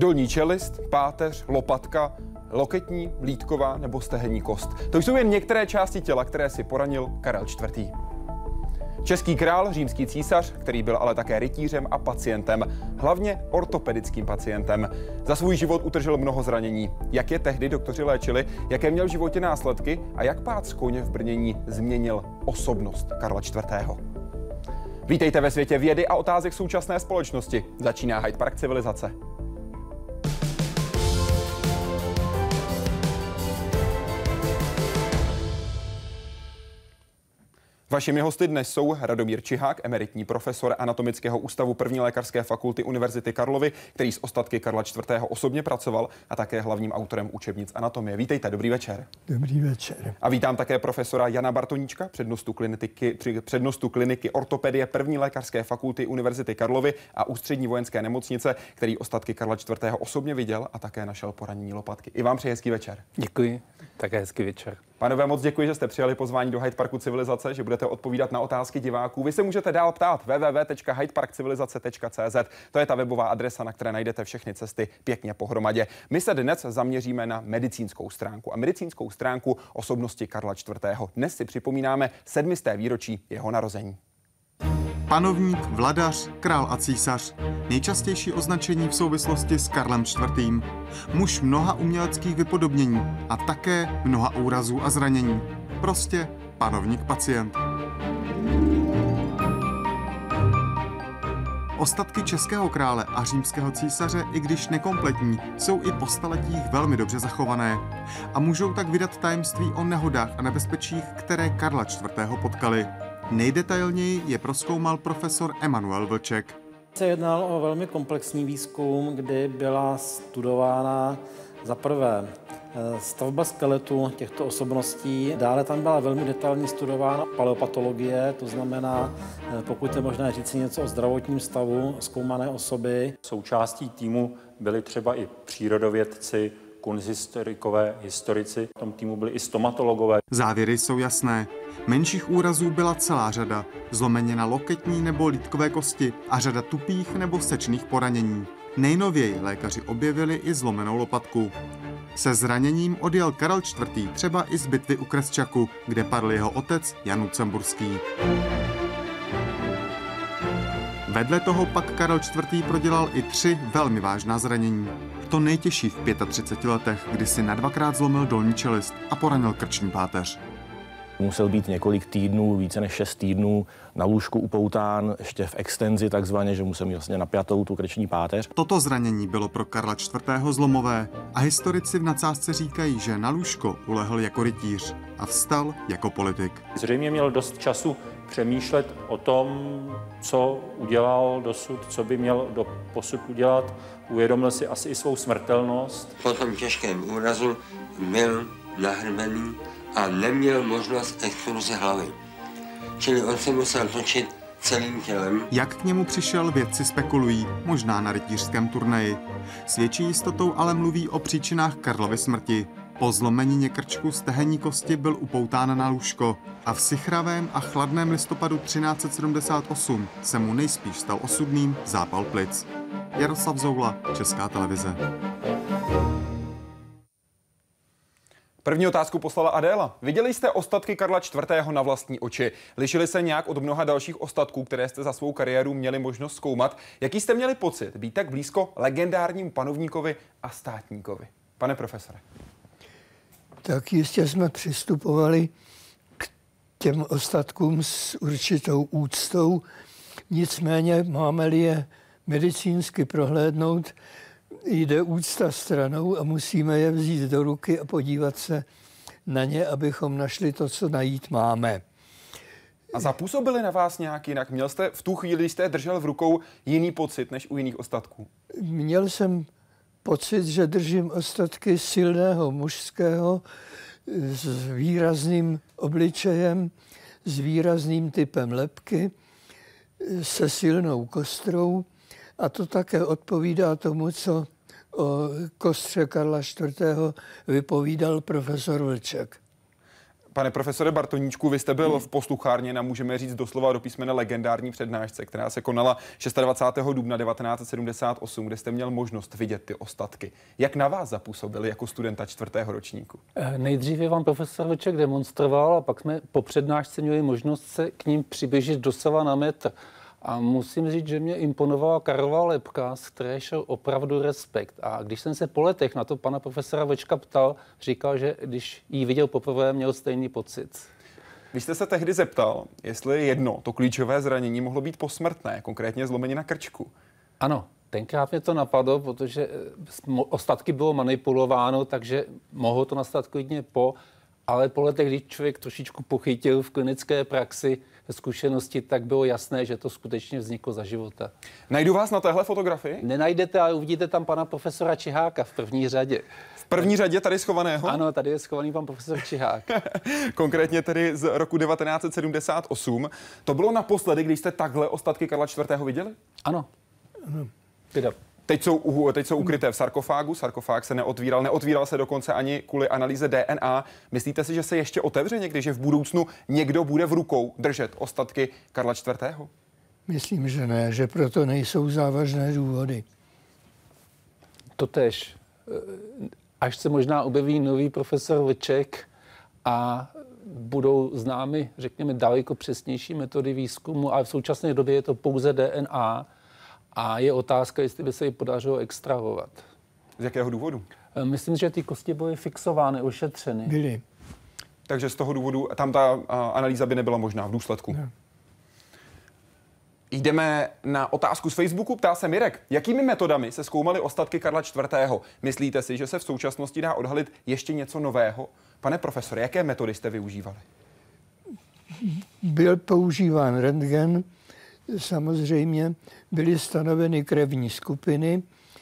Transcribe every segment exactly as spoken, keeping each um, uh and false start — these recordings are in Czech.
Dolní čelist, páteř, lopatka, loketní, lýtková nebo stehenní kost. To jsou jen některé části těla, které si poranil Karel čtvrtý. Český král, římský císař, který byl ale také rytířem a pacientem, hlavně ortopedickým pacientem. Za svůj život utržil mnoho zranění. Jak je tehdy doktoři léčili, jaké měl v životě následky a jak pád z koně v brnění změnil osobnost Karla čtvrtého. Vítejte ve světě vědy a otázek současné společnosti. Začíná Hyde Park civilizace. Vašimi hosty dnes jsou Radomír Čihák, emeritní profesor Anatomického ústavu první lékařské fakulty Univerzity Karlovy, který s ostatky Karla čtvrtého osobně pracoval a také hlavním autorem učebnic anatomie. Vítejte, dobrý večer. Dobrý večer. A vítám také profesora Jana Bartoníčka, přednostu kliniky, přednostu kliniky ortopedie první lékařské fakulty Univerzity Karlovy a ústřední vojenské nemocnice, který ostatky Karla čtvrtého osobně viděl a také našel po ranění lopatky. I vám přeji hezký večer. Děkuji, také hezký večer. Pánové, moc děkuji, že jste přijali pozvání do Hyde Parku civilizace, že budete odpovídat na otázky diváků. Vy se můžete dál ptát w w w tečka hyde park civilizace tečka c z. To je ta webová adresa, na které najdete všechny cesty pěkně pohromadě. My se dnes zaměříme na medicínskou stránku a medicínskou stránku osobnosti Karla čtvrtého. Dnes si připomínáme sedmisté výročí jeho narození. Panovník, vladař, král a císař. Nejčastější označení v souvislosti s Karlem čtvrtým. Muž mnoha uměleckých vypodobnění a také mnoha úrazů a zranění. Prostě panovník pacient. Ostatky českého krále a římského císaře, i když nekompletní, jsou i po staletích velmi dobře zachované a můžou tak vydat tajemství o nehodách a nebezpečích, které Karla čtvrtého potkaly. Nejdetailněji je prozkoumal profesor Emanuel Vlček. Se jednal o velmi komplexní výzkum, kdy byla studována za prvé stavba skeletu těchto osobností, dále tam byla velmi detailně studována paleopatologie, to znamená, pokud je možné říct něco o zdravotním stavu zkoumané osoby. Součástí týmu byli třeba i přírodovědci, kunsthistorikové, historici. V tom týmu byli i stomatologové. Závěry jsou jasné. Menších úrazů byla celá řada, zlomenina loketní nebo lýtkové kosti a řada tupých nebo sečných poranění. Nejnověji lékaři objevili i zlomenou lopatku. Se zraněním odjel Karel čtvrtý třeba i z bitvy u Kresčaku, kde padl jeho otec Jan Lucemburský. Vedle toho pak Karel čtvrtý prodělal i tři velmi vážná zranění. To nejtěžší v třiceti pěti letech, kdy si na dvakrát zlomil dolní čelist a poranil krční páteř. Musel být několik týdnů, více než šest týdnů na lůžku upoután, ještě v extenzi takzvaně, že musel mít vlastně napjatou tu krční páteř. Toto zranění bylo pro Karla čtvrtého zlomové a historici v nadsázce říkají, že na lůžko ulehl jako rytíř a vstal jako politik. Zřejmě měl dost času přemýšlet o tom, co udělal dosud, co by měl do posud udělat. Uvědomil si asi i svou smrtelnost. Po tom těžkém úrazu byl nahrbený a neměl možnost extruze hlavy. Čili on se musel točit celým tělem. Jak k němu přišel, vědci spekulují, možná na rytířském turnaji. S větší jistotou ale mluví o příčinách Karlovy smrti. Po zlomenině krčku stehenní kosti byl upoután na lůžko a v sichravém a chladném listopadu třináct set sedmdesát osm se mu nejspíš stal osudným zápal plic. Jaroslav Zoula, Česká televize. První otázku poslala Adéla. Viděli jste ostatky Karla čtvrtého na vlastní oči? Lišili se nějak od mnoha dalších ostatků, které jste za svou kariéru měli možnost zkoumat? Jaký jste měli pocit být tak blízko legendárnímu panovníkovi a státníkovi? Pane profesore. Tak jistě jsme přistupovali k těm ostatkům s určitou úctou. Nicméně máme-li je medicínsky prohlédnout, jde úcta stranou a musíme je vzít do ruky a podívat se na ně, abychom našli to, co najít máme. A zapůsobili na vás nějak jinak? Měl jste v tu chvíli, jste držel v rukou jiný pocit než u jiných ostatků? Měl jsem pocit, že držím ostatky silného mužského s výrazným obličejem, s výrazným typem lebky, se silnou kostrou. A to také odpovídá tomu, co o kostře Karla čtvrtého vypovídal profesor Vlček. Pane profesore Bartoníčku, vy jste byl v posluchárně na, můžeme říct doslova do písmene, legendární přednášce, která se konala dvacátého šestého dubna devatenáct set sedmdesát osm, kde jste měl možnost vidět ty ostatky. Jak na vás zapůsobili jako studenta čtvrtého ročníku? Nejdříve vám profesor Vlček demonstroval a pak jsme po přednášce měli možnost se k ním přiblížit doslova na metr. A musím říct, že mě imponovala Karlova lebka, z které šel opravdu respekt. A když jsem se po letech na to pana profesora Vlčka ptal, říkal, že když ji viděl poprvé, měl stejný pocit. Když jste se tehdy zeptal, jestli jedno, to klíčové zranění mohlo být posmrtné, konkrétně zlomenina krčku. Ano, tenkrát mě to napadlo, protože ostatky bylo manipulováno, takže mohlo to nastat klidně po, ale po letech, když člověk trošičku pochytil v klinické praxi zkušenosti, tak bylo jasné, že to skutečně vzniklo za života. Najdu vás na téhle fotografii? Nenajdete, ale uvidíte tam pana profesora Čiháka v první řadě. V první řadě tady schovaného? Ano, tady je schovaný pan profesor Čihák. Konkrétně tedy z roku devatenáct set sedmdesát osm. To bylo naposledy, když jste takhle ostatky Karla čtvrtého viděli? Ano. ano. Teda. Teď jsou, teď jsou ukryté v sarkofágu, sarkofág se neotvíral, neotvíral se dokonce ani kvůli analýze D N A. Myslíte si, že se ještě otevře někdy, že v budoucnu někdo bude v rukou držet ostatky Karla čtvrtého? Myslím, že ne, že proto nejsou závažné důvody. Totéž. Až se možná objeví nový profesor Vlček a budou známy, řekněme, daleko přesnější metody výzkumu, ale v současné době je to pouze D N A, a je otázka, jestli by se ji podařilo extrahovat. Z jakého důvodu? Myslím, že ty kosti byly fixovány, ošetřeny. Byly. Takže z toho důvodu tam ta analýza by nebyla možná v důsledku. Ne. Jdeme na otázku z Facebooku. Ptá se Mirek, jakými metodami se zkoumaly ostatky Karla čtvrtého? Myslíte si, že se v současnosti dá odhalit ještě něco nového? Pane profesore, jaké metody jste využívali? Byl používán rentgen, samozřejmě byly stanoveny krevní skupiny,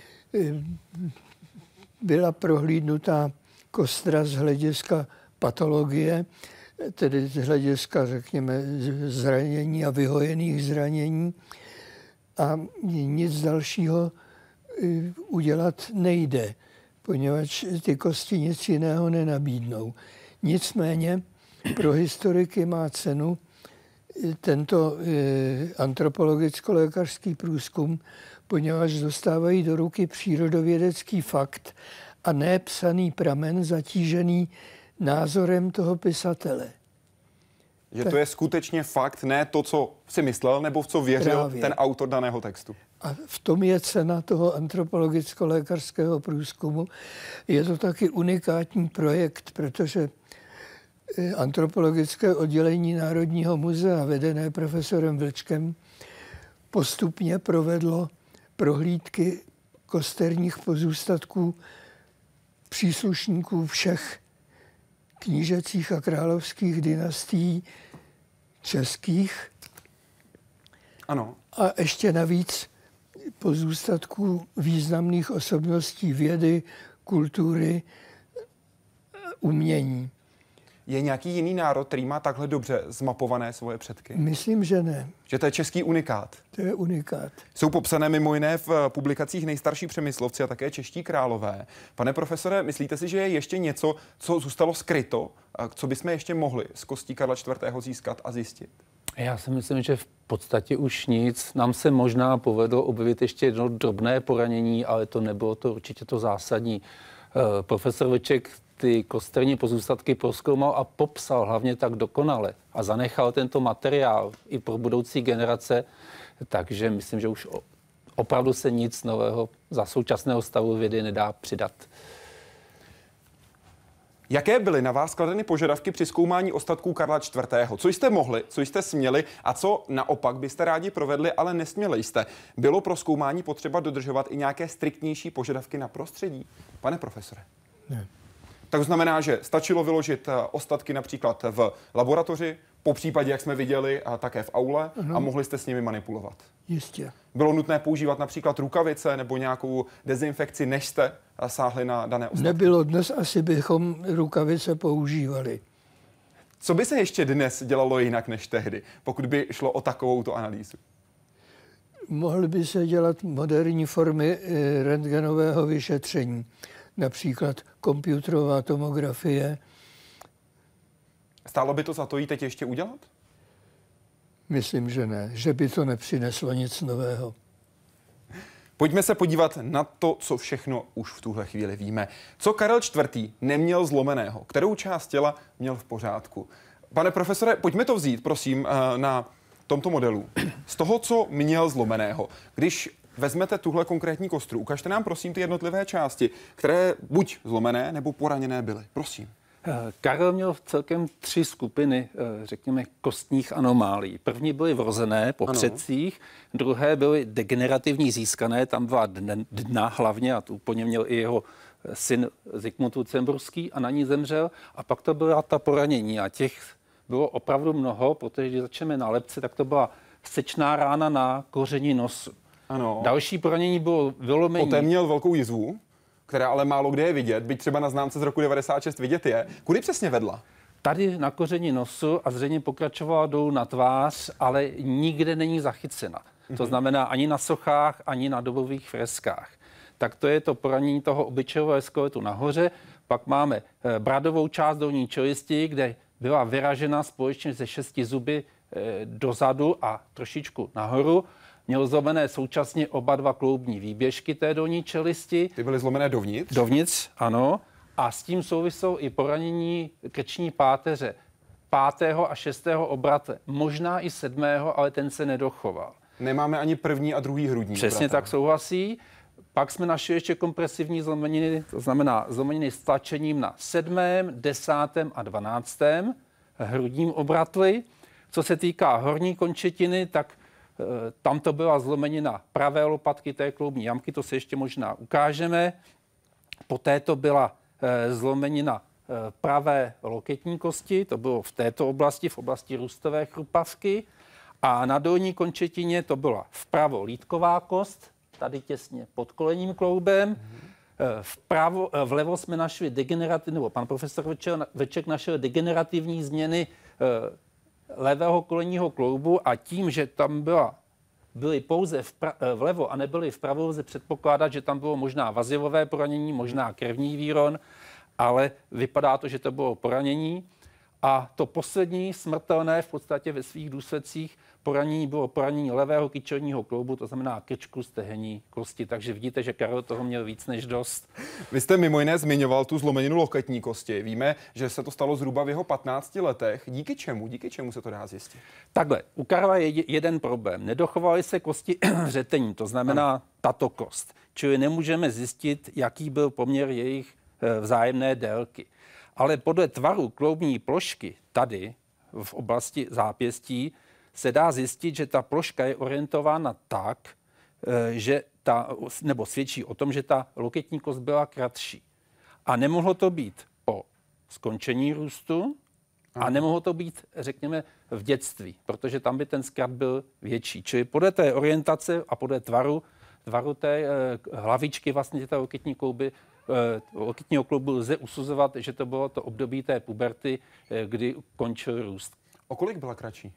byla prohlídnutá kostra z hlediska patologie, tedy z hlediska, řekněme, zranění a vyhojených zranění. A nic dalšího udělat nejde, poněvadž ty kosti nic jiného nenabídnou. Nicméně pro historiky má cenu tento antropologicko-lékařský průzkum, poněvadž dostávají do ruky přírodovědecký fakt a ne psaný pramen zatížený názorem toho pisatele. Že to je skutečně fakt, ne to, co si myslel, nebo v co věřil Právě. ten autor daného textu. A v tom je cena toho antropologicko-lékařského průzkumu. Je to taky unikátní projekt, protože antropologické oddělení Národního muzea, vedené profesorem Vlčkem, postupně provedlo prohlídky kosterních pozůstatků příslušníků všech knížecích a královských dynastií českých. Ano. A ještě navíc pozůstatků významných osobností vědy, kultury, umění. Je nějaký jiný národ, který má takhle dobře zmapované svoje předky? Myslím, že ne. Že to je český unikát? To je unikát. Jsou popsané mimo jiné v publikacích nejstarší Přemyslovci a také čeští králové. Pane profesore, myslíte si, že je ještě něco, co zůstalo skryto, co bychom ještě mohli z kostí Karla čtvrtého získat a zjistit? Já si myslím, že v podstatě už nic. Nám se možná povedlo objevit ještě jedno drobné poranění, ale to nebylo to určitě to zásadní. Profesor Vlček ty kosterní pozůstatky prozkoumal a popsal hlavně tak dokonale a zanechal tento materiál i pro budoucí generace, takže myslím, že už opravdu se nic nového za současného stavu vědy nedá přidat. Jaké byly na vás kladeny požadavky při zkoumání ostatků Karla čtvrtého? Co jste mohli, co jste směli a co naopak byste rádi provedli, ale nesměli jste? Bylo pro zkoumání potřeba dodržovat i nějaké striktnější požadavky na prostředí? Pane profesore. Ne. Tak to znamená, že stačilo vyložit ostatky například v laboratoři, po případě, jak jsme viděli, a také v aule, ano. A mohli jste s nimi manipulovat. Jistě. Bylo nutné používat například rukavice nebo nějakou dezinfekci, než jste sáhli na dané ostatky? Nebylo, dnes asi bychom rukavice používali. Co by se ještě dnes dělalo jinak než tehdy, pokud by šlo o takovouto analýzu? Mohly by se dělat moderní formy rentgenového vyšetření. Například komputerová tomografie. Stálo by to za to jí teď ještě udělat? Myslím, že ne, že by to nepřineslo nic nového. Pojďme se podívat na to, co všechno už v tuhle chvíli víme. Co Karel čtvrtý neměl zlomeného? Kterou část těla měl v pořádku? Pane profesore, pojďme to vzít, prosím, na tomto modelu. Z toho, co měl zlomeného. Když vezmete tuhle konkrétní kostru, ukažte nám, prosím, ty jednotlivé části, které buď zlomené, nebo poraněné byly. Prosím. Karel měl celkem tři skupiny, řekněme, kostních anomálií. První byly vrozené po ano. předcích, druhé byly degenerativní získané, tam byla dna hlavně a to úplně měl i jeho syn Zikmund Lucemburský a na ní zemřel. A pak to byla ta poranění a těch bylo opravdu mnoho, protože když začneme na lebce, tak to byla sečná rána na koření nosu. Ano. Další poranění bylo vylomení. Poté měl velkou jizvu, která ale málo kde je vidět, byť třeba na známce z roku devadesát šest vidět je. Kudy přesně vedla? Tady na koření nosu a zřejmě pokračovala dolů na tvář, ale nikde není zachycena. Mm-hmm. To znamená ani na sochách, ani na dobových freskách. Tak to je to poranění toho obličejového skeletu nahoře. Pak máme bradovou část dolní čelisti, kde byla vyražena společně se šesti zuby dozadu a trošičku nahoru. Měl zlomené současně oba dva kloubní výběžky té dolní čelisti. Ty byly zlomené dovnitř? Dovnitř, ano. A s tím souvisou i poranění krční páteře pátého a šestého obrate. Možná i sedmého, ale ten se nedochoval. Nemáme ani první a druhý hrudní. Přesně obrata. Tak souhlasí. Pak jsme našli ještě kompresivní zlomeniny, to znamená zlomeniny s tlačením na sedmém, desátém a dvanáctém hrudním obratli. Co se týká horní končetiny, tak tam to byla zlomenina pravé lopatky té kloubní jamky, to se ještě možná ukážeme. Poté to byla zlomenina pravé loketní kosti, to bylo v této oblasti, v oblasti růstové chrupavky. A na dolní končetině to byla vpravo lítková kost, tady těsně pod kolenním kloubem. Vpravo, vlevo jsme našli degenerativní, nebo pan profesor Veček našel degenerativní změny levého kolenního kloubu a tím, že tam byla, byly pouze vpra- vlevo a nebyly vpravo, lze předpokládat, že tam bylo možná vazivové poranění, možná krevní výron, ale vypadá to, že to bylo poranění. A to poslední smrtelné v podstatě ve svých důsledcích poranění bylo poranění levého kyčelního kloubu, to znamená krčku, stehení, kosti. Takže vidíte, že Karel toho měl víc než dost. Vy jste mimo jiné zmiňoval tu zlomeninu loketní kosti. Víme, že se to stalo zhruba v jeho patnácti letech. Díky čemu? Díky čemu se to dá zjistit? Takhle, u Karla je jeden problém. Nedochovaly se kosti řetení, to znamená ano. tato kost. Čili nemůžeme zjistit, jaký byl poměr jejich vzájemné délky. Ale podle tvaru kloubní plošky tady v oblasti zápěstí se dá zjistit, že ta ploška je orientována tak, že ta, nebo svědčí o tom, že ta loketní kost byla kratší. A nemohlo to být po skončení růstu a nemohlo to být, řekněme, v dětství, protože tam by ten zkrat byl větší. Čili podle té orientace a podle tvaru, tvaru té hlavičky vlastně té loketní klouby loketního kloubu lze usuzovat, že to bylo to období té puberty, kdy končil růst. O kolik byla kratší?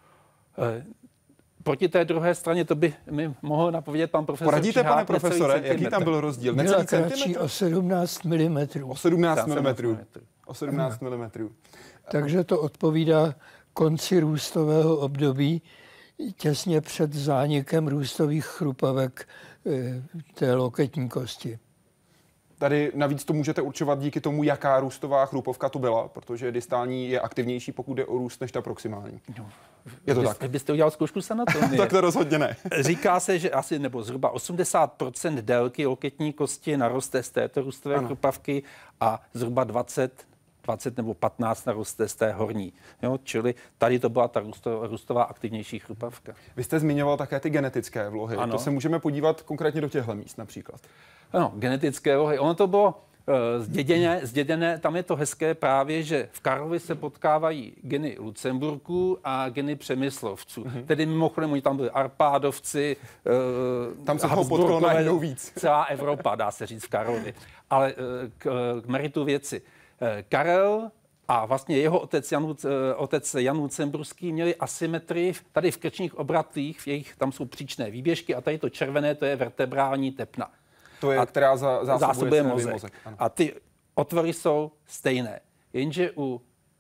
Proti té druhé straně to by mi mohl napovědět pan profesor. Poradíte, pane profesore, jaký tam byl rozdíl? Byla kratší o sedmnáct milimetrů. O sedmnáct milimetrů. O sedmnáct milimetrů. Takže to odpovídá konci růstového období, těsně před zánikem růstových chrupavek té loketní kosti. Tady navíc to můžete určovat díky tomu, jaká růstová chrupovka to byla, protože distální je aktivnější, pokud jde o růst, než ta proximální. No, je to vy, tak? Vy byste udělal zkoušku s anatomie. Tak to rozhodně ne. Říká se, že asi nebo zhruba osmdesát procent délky loketní kosti naroste z této růstové ano. chrupavky a zhruba dvacet, dvacet nebo patnáct naroste z té horní. Jo? Čili tady to byla ta růstová, růstová aktivnější chrupavka. Vy jste zmiňoval také ty genetické vlohy. Ano. To se můžeme podívat konkrétně do těchto míst například. Ano, genetické vlohy. Ono to bylo uh, zděděné, zděděné, tam je to hezké právě, že v Karlovi se potkávají geny Lucemburků a geny Přemyslovců. Mm-hmm. Tedy mimochodem, oni tam byli Arpádovci, uh, tam se ho potkalo najednou víc. Celá Evropa, dá se říct, v Karlovi. Ale uh, k, k meritu věci. Uh, Karel a vlastně jeho otec Jan, uh, otec Jan Lucemburský měli asymetrii tady v krčních obratlích, v jejich, tam jsou příčné výběžky a tady to červené, to je vertebrální tepna. To je, a která za, zásobuje, zásobuje mozek. mozek. A ty otvory jsou stejné. Jenže u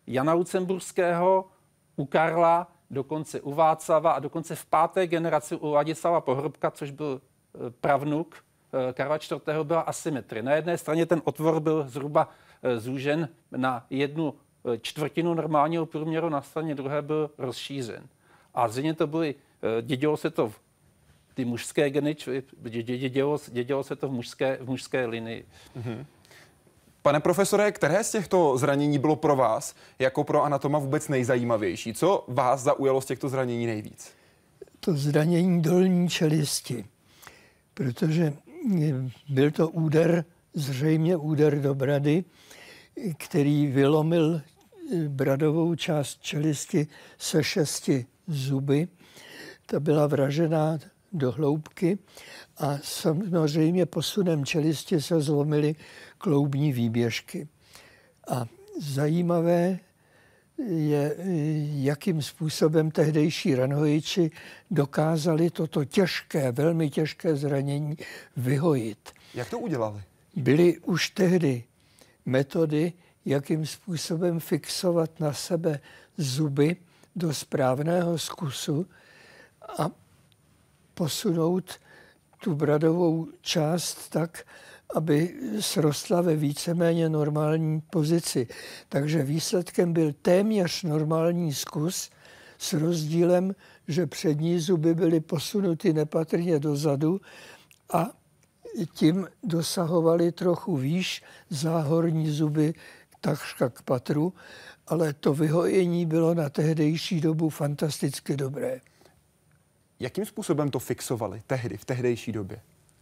Jana Lucemburského, u Karla, dokonce u Václava a dokonce v páté generaci u Ladislava Pohrobka, což byl pravnuk Karla čtvrtého., byla asymetrie. Na jedné straně ten otvor byl zhruba zúžen na jednu čtvrtinu normálního průměru, na straně druhé byl rozšířen. A zřejmě to byly, dědilo se to v ty mužské geny, dědilo, dědilo se to v mužské, v mužské linii. Mm-hmm. Pane profesore, které z těchto zranění bylo pro vás jako pro anatoma vůbec nejzajímavější? Co vás zaujalo z těchto zranění nejvíc? To zranění dolní čelisti, protože byl to úder, zřejmě úder do brady, který vylomil bradovou část čelisti se šesti zuby. Ta byla vražená do hloubky a samozřejmě posunem čelisti se zlomily kloubní výběžky. A zajímavé je, jakým způsobem tehdejší ranhojiči dokázali toto těžké, velmi těžké zranění vyhojit. Jak to udělali? Byly už tehdy metody, jakým způsobem fixovat na sebe zuby do správného zkusu a posunout tu bradovou část tak, aby srostla ve víceméně normální pozici. Takže výsledkem byl téměř normální zkus s rozdílem, že přední zuby byly posunuty nepatrně dozadu a tím dosahovaly trochu výš záhorní zuby takřka k patru, ale to vyhojení bylo na tehdejší dobu fantasticky dobré. Jakým způsobem to fixovali tehdy, v tehdejší době?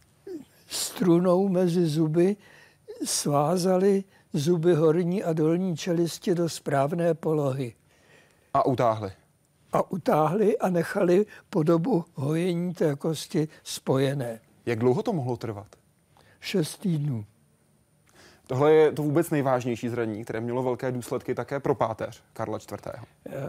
Strunou mezi zuby svázali zuby horní a dolní čelisti do správné polohy. A utáhli? A utáhli a nechali po dobu hojení té kosti spojené. Jak dlouho to mohlo trvat? Šest týdnů. Tohle je to vůbec nejvážnější zranění, které mělo velké důsledky také pro páteř Karla čtvrtého.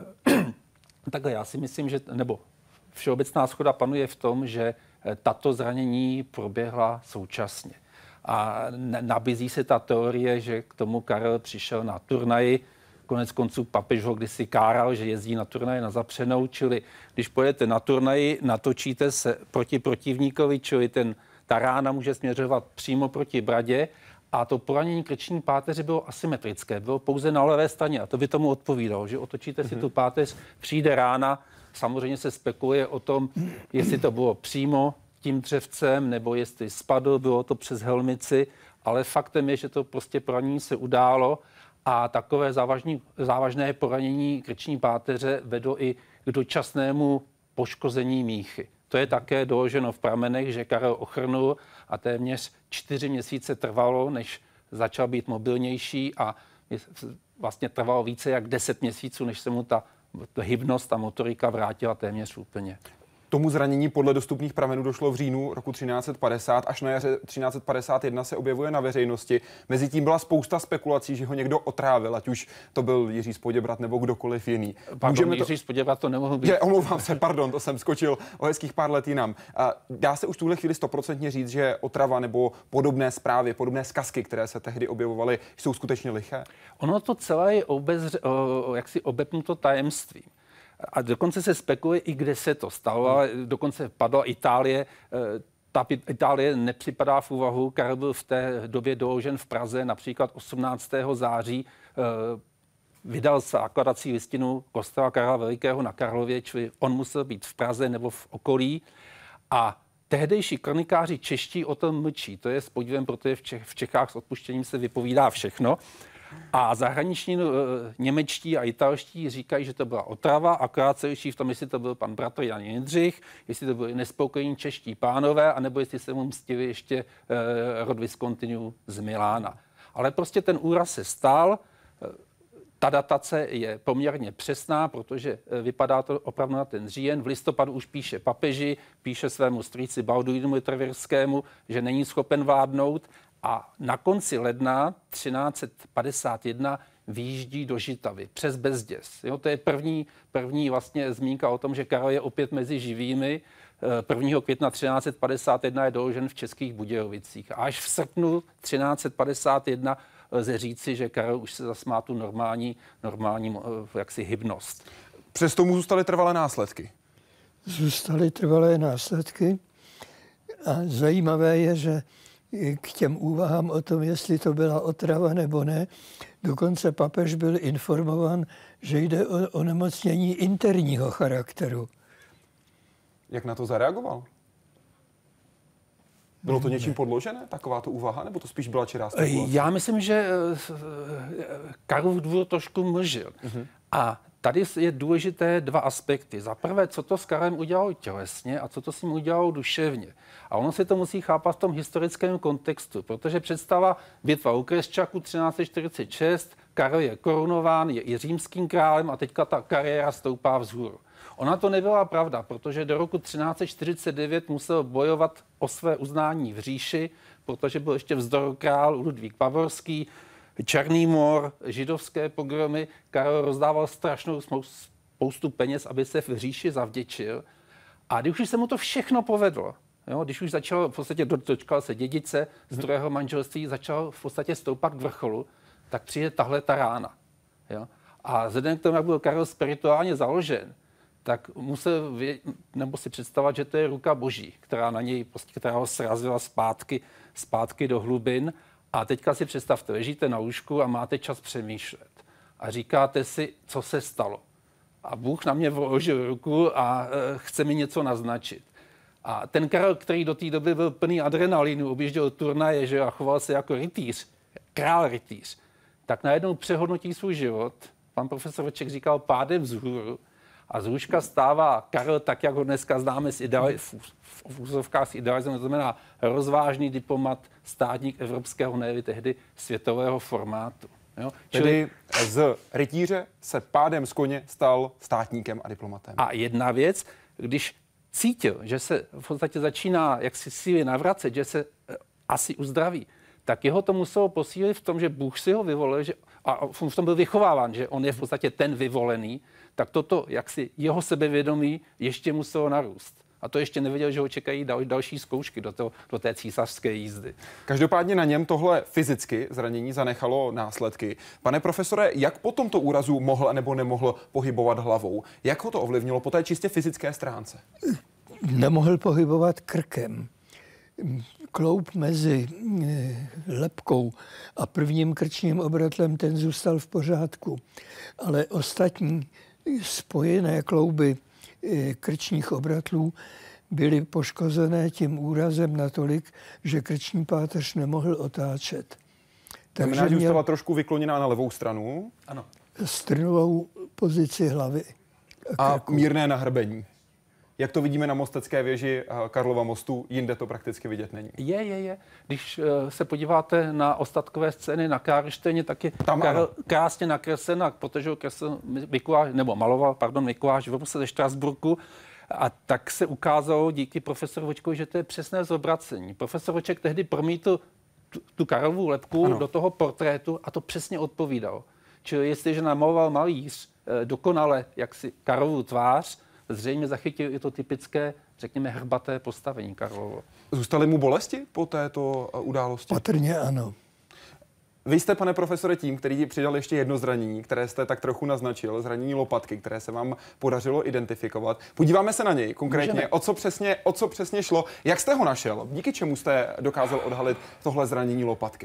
Takhle já si myslím, že, nebo všeobecná shoda panuje v tom, že tato zranění proběhla současně. A nabízí se ta teorie, že k tomu Karel přišel na turnaji. Konec konců papež ho kdysi káral, že jezdí na turnaji na zapřenou, čili když pojedete na turnaji, natočíte se proti protivníkovi, čili ten, ta rána může směřovat přímo proti bradě a to poranění krční páteře bylo asymetrické, bylo pouze na levé straně a to by tomu odpovídalo, že otočíte mm-hmm. si tu páteř, přijde rána, samozřejmě se spekuluje o tom, jestli to bylo přímo tím dřevcem, nebo jestli spadl, bylo to přes helmici, ale faktem je, že to prostě poranění se událo a takové závažný, závažné poranění krční páteře vedlo i k dočasnému poškození míchy. To je také doloženo v pramenech, že Karel ochrnul a téměř čtyři měsíce trvalo, než začal být mobilnější a vlastně trvalo více jak deset měsíců, než se mu ta hybnost, ta motorika vrátila téměř úplně. Tomu zranění podle dostupných pramenů došlo v říjnu roku třináct set padesát, až na jaře třináct set padesát jedna se objevuje na veřejnosti. Mezitím byla spousta spekulací, že ho někdo otrávil, ať už to byl Jiří Spoděbrat nebo kdokoliv jiný. Pardon, Můžeme Jiří to... Spoděbrat to nemohl být. Je, omlouvám se, pardon, to jsem skočil o hezkých pár let jinam. A dá se už v tuhle chvíli stoprocentně říct, že otrava nebo podobné zprávy, podobné zkazky, které se tehdy objevovaly, jsou skutečně liché? Ono to celé je obezře, jaksi obepnuto tajemstvím. A dokonce se spekuluje i kde se to stalo, ale dokonce padla Itálie. Ta Itálie nepřipadá v úvahu. Karel byl v té době doložen v Praze, například osmnáctého září vydal zakladací listinu kostela Karla Velikého na Karlově, čili on musel být v Praze nebo v okolí. A tehdejší kronikáři čeští o tom mlčí. To je s podívem, protože v, Čech, v Čechách s odpuštěním se vypovídá všechno. A zahraniční e, němečtí a italští říkají, že to byla otrava, akorát se liší v tom, jestli to byl pan bratr Jan Jindřich, jestli to byli nespokojení čeští pánové, anebo jestli se mu mstili ještě e, rod Viscontiniů z Milána. Ale prostě ten úraz se stal. Ta datace je poměrně přesná, protože vypadá to opravdu na ten říjen. V listopadu už píše papeži, píše svému strýci Balduinu Litrvirskému, že není schopen vládnout. A na konci ledna třináct set padesát jedna vyjíždí do Žitavy přes Bezděs. Jo, to je první, první vlastně zmínka o tom, že Karel je opět mezi živými. prvního května třináct set padesát jedna je doložen v Českých Budějovicích. A až v srpnu třináct set padesát jedna lze říci, že Karel už se zas má tu normální, normální jaksi hybnost. Přesto mu zůstaly trvalé následky. Zůstaly trvalé následky a zajímavé je, že k těm úvahám o tom, jestli to byla otrava nebo ne, dokonce papež byl informován, že jde o onemocnění interního charakteru. Jak na to zareagoval? Bylo to něčím podložené, takováto úvaha, nebo to spíš byla čirá spekulace? Já myslím, že Karlův dvůr trošku mlžil. Uh-huh. A tady je důležité dva aspekty. Za prvé, co to s Karlem udělalo tělesně a co to s ním udělalo duševně. A ono se to musí chápat v tom historickém kontextu, protože představa bitva u Křesťaku třináct set čtyřicet šest, Karel je korunován, je i římským králem a teďka ta kariéra stoupá vzhůru. Ona to nebyla pravda, protože do roku třináct set čtyřicet devět musel bojovat o své uznání v říši, protože byl ještě vzdorokrál Ludvík Bavorský, Černý mor, židovské pogromy. Karel rozdával strašnou spoustu peněz, aby se v říši zavděčil. A když už se mu to všechno povedlo, jo, když už začal, v podstatě dočkal se dědice z druhého manželství, začal v podstatě stoupat k vrcholu, tak přijde tahle ta rána. Jo. A vzhledem k tomu, jak byl Karel spirituálně založen, tak musel vě, nebo si představovat, že to je ruka Boží, která na něj, která ho srazila zpátky, zpátky do hlubin. A teďka si představte, ležíte na lůžku a máte čas přemýšlet. A říkáte si, co se stalo. A Bůh na mě vložil ruku a e, chce mi něco naznačit. A ten Karel, který do té doby byl plný adrenalinu, objížděl turnaje, že a choval se jako rytíř, král rytíř, tak najednou přehodnotí svůj život. Pan profesor Vlček říkal pádem vzhůru. A z lůžka stává Karel tak, jak ho dneska známe z ideali, v, v úzovkách s idealizmem, to znamená rozvážný diplomat, státník evropského, ne tehdy světového formátu. Jo? Tedy Čili... z rytíře se pádem z koně stal státníkem a diplomatem. A jedna věc, když cítil, že se v podstatě začíná jaksi síly navracet, že se asi uzdraví, tak jeho to muselo posílit v tom, že Bůh si ho vyvolil, že, a v tom byl vychováván, že on je v podstatě ten vyvolený, tak toto, jak si jeho sebevědomí ještě muselo narůst. A to ještě nevěděl, že ho čekají dal, další zkoušky do, to, do té císařské jízdy. Každopádně na něm tohle fyzicky zranění zanechalo následky. Pane profesore, jak po tomto úrazu mohl nebo nemohl pohybovat hlavou? Jak ho to ovlivnilo po té čistě fyzické stránce? Nemohl pohybovat krkem. Kloub mezi lebkou a prvním krčním obratlem, ten zůstal v pořádku. Ale ostatní spojené klouby krčních obratlů byly poškozené tím úrazem natolik, že krční páteř nemohl otáčet. Takže měl zůstala trošku vykloněná na levou stranu. Ano. Strnulovou pozici hlavy. A, a mírné nahrbení. Jak to vidíme na Mostecké věži Karlova mostu, jinde to prakticky vidět není. Je, je, je. Když uh, se podíváte na ostatkové scény na Karlštejně, tak je Tam Karel krásně nakreslen, protože ho kreslil Mikuláš, nebo maloval, pardon, Mikuláš Vrpse ze Štrasburku. A tak se ukázalo díky profesoru Vlčkovi, že to je přesné zobracení. Profesor Vlček tehdy promítl tu, tu Karlovu lebku ano. do toho portrétu a to přesně odpovídalo. Čili jestliže namaloval malíř eh, dokonale jaksi Karlovu tvář, zřejmě zachytil i to typické, řekněme, hrbaté postavení Karlovo. Zůstaly mu bolesti po této události? Patrně ano. Vy jste, pane profesore, tím, který přidal ještě jedno zranění, které jste tak trochu naznačil, zranění lopatky, které se vám podařilo identifikovat. Podíváme se na něj konkrétně, o co, přesně, o co přesně šlo. Jak jste ho našel? Díky čemu jste dokázal odhalit tohle zranění lopatky?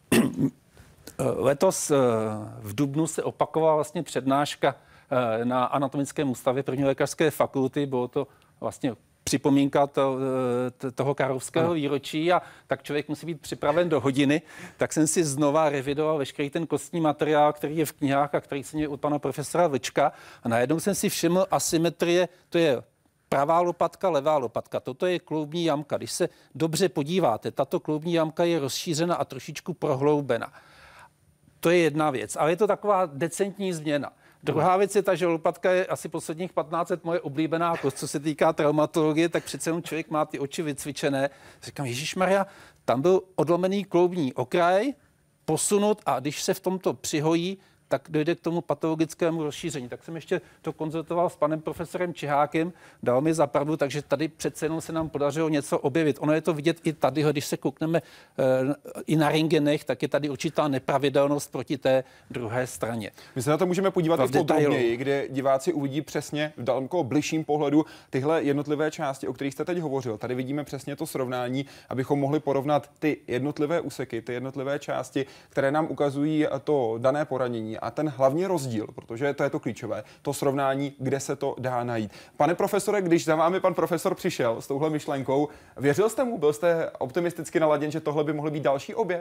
Letos v dubnu se opakovala vlastně přednáška na Anatomickém ústavě první lékařské fakulty. Bylo to vlastně připomínka to, toho Karlovského výročí a tak člověk musí být připraven do hodiny. Tak jsem si znova revidoval veškerý ten kostní materiál, který je v knihách a který jsem měl od pana profesora Vlčka. A najednou jsem si všiml asymetrie, to je pravá lopatka, levá lopatka. Toto je kloubní jamka. Když se dobře podíváte, tato kloubní jamka je rozšířena a trošičku prohloubena. To je jedna věc, ale je to taková decentní změna. Druhá věc je ta, že lopatka je asi posledních patnáct let moje oblíbená kost, co se týká traumatologie, tak přece jenom člověk má ty oči vycvičené. Říkám, ježišmarja, tam byl odlomený kloubní okraj, posunut a když se v tomto přihojí, tak dojde k tomu patologickému rozšíření. Tak jsem ještě to konzultoval s panem profesorem Čihákem, dal mi za pravdu, takže tady přece jenom se nám podařilo něco objevit. Ono je to vidět i tady, když se koukneme e, i na rentgenech, tak je tady určitá nepravidelnost proti té druhé straně. My se na to můžeme podívat To i podrobněji, kde diváci uvidí přesně v daleko bližším pohledu tyhle jednotlivé části, o kterých jste teď hovořil. Tady vidíme přesně to srovnání, abychom mohli porovnat ty jednotlivé úseky, ty jednotlivé části, které nám ukazují to dané poranění a ten hlavní rozdíl, protože to je to klíčové, to srovnání, kde se to dá najít. Pane profesore, když za vámi pan profesor přišel s touhle myšlenkou, věřil jste mu, byl jste optimisticky naladěn, že tohle by mohl být další objev?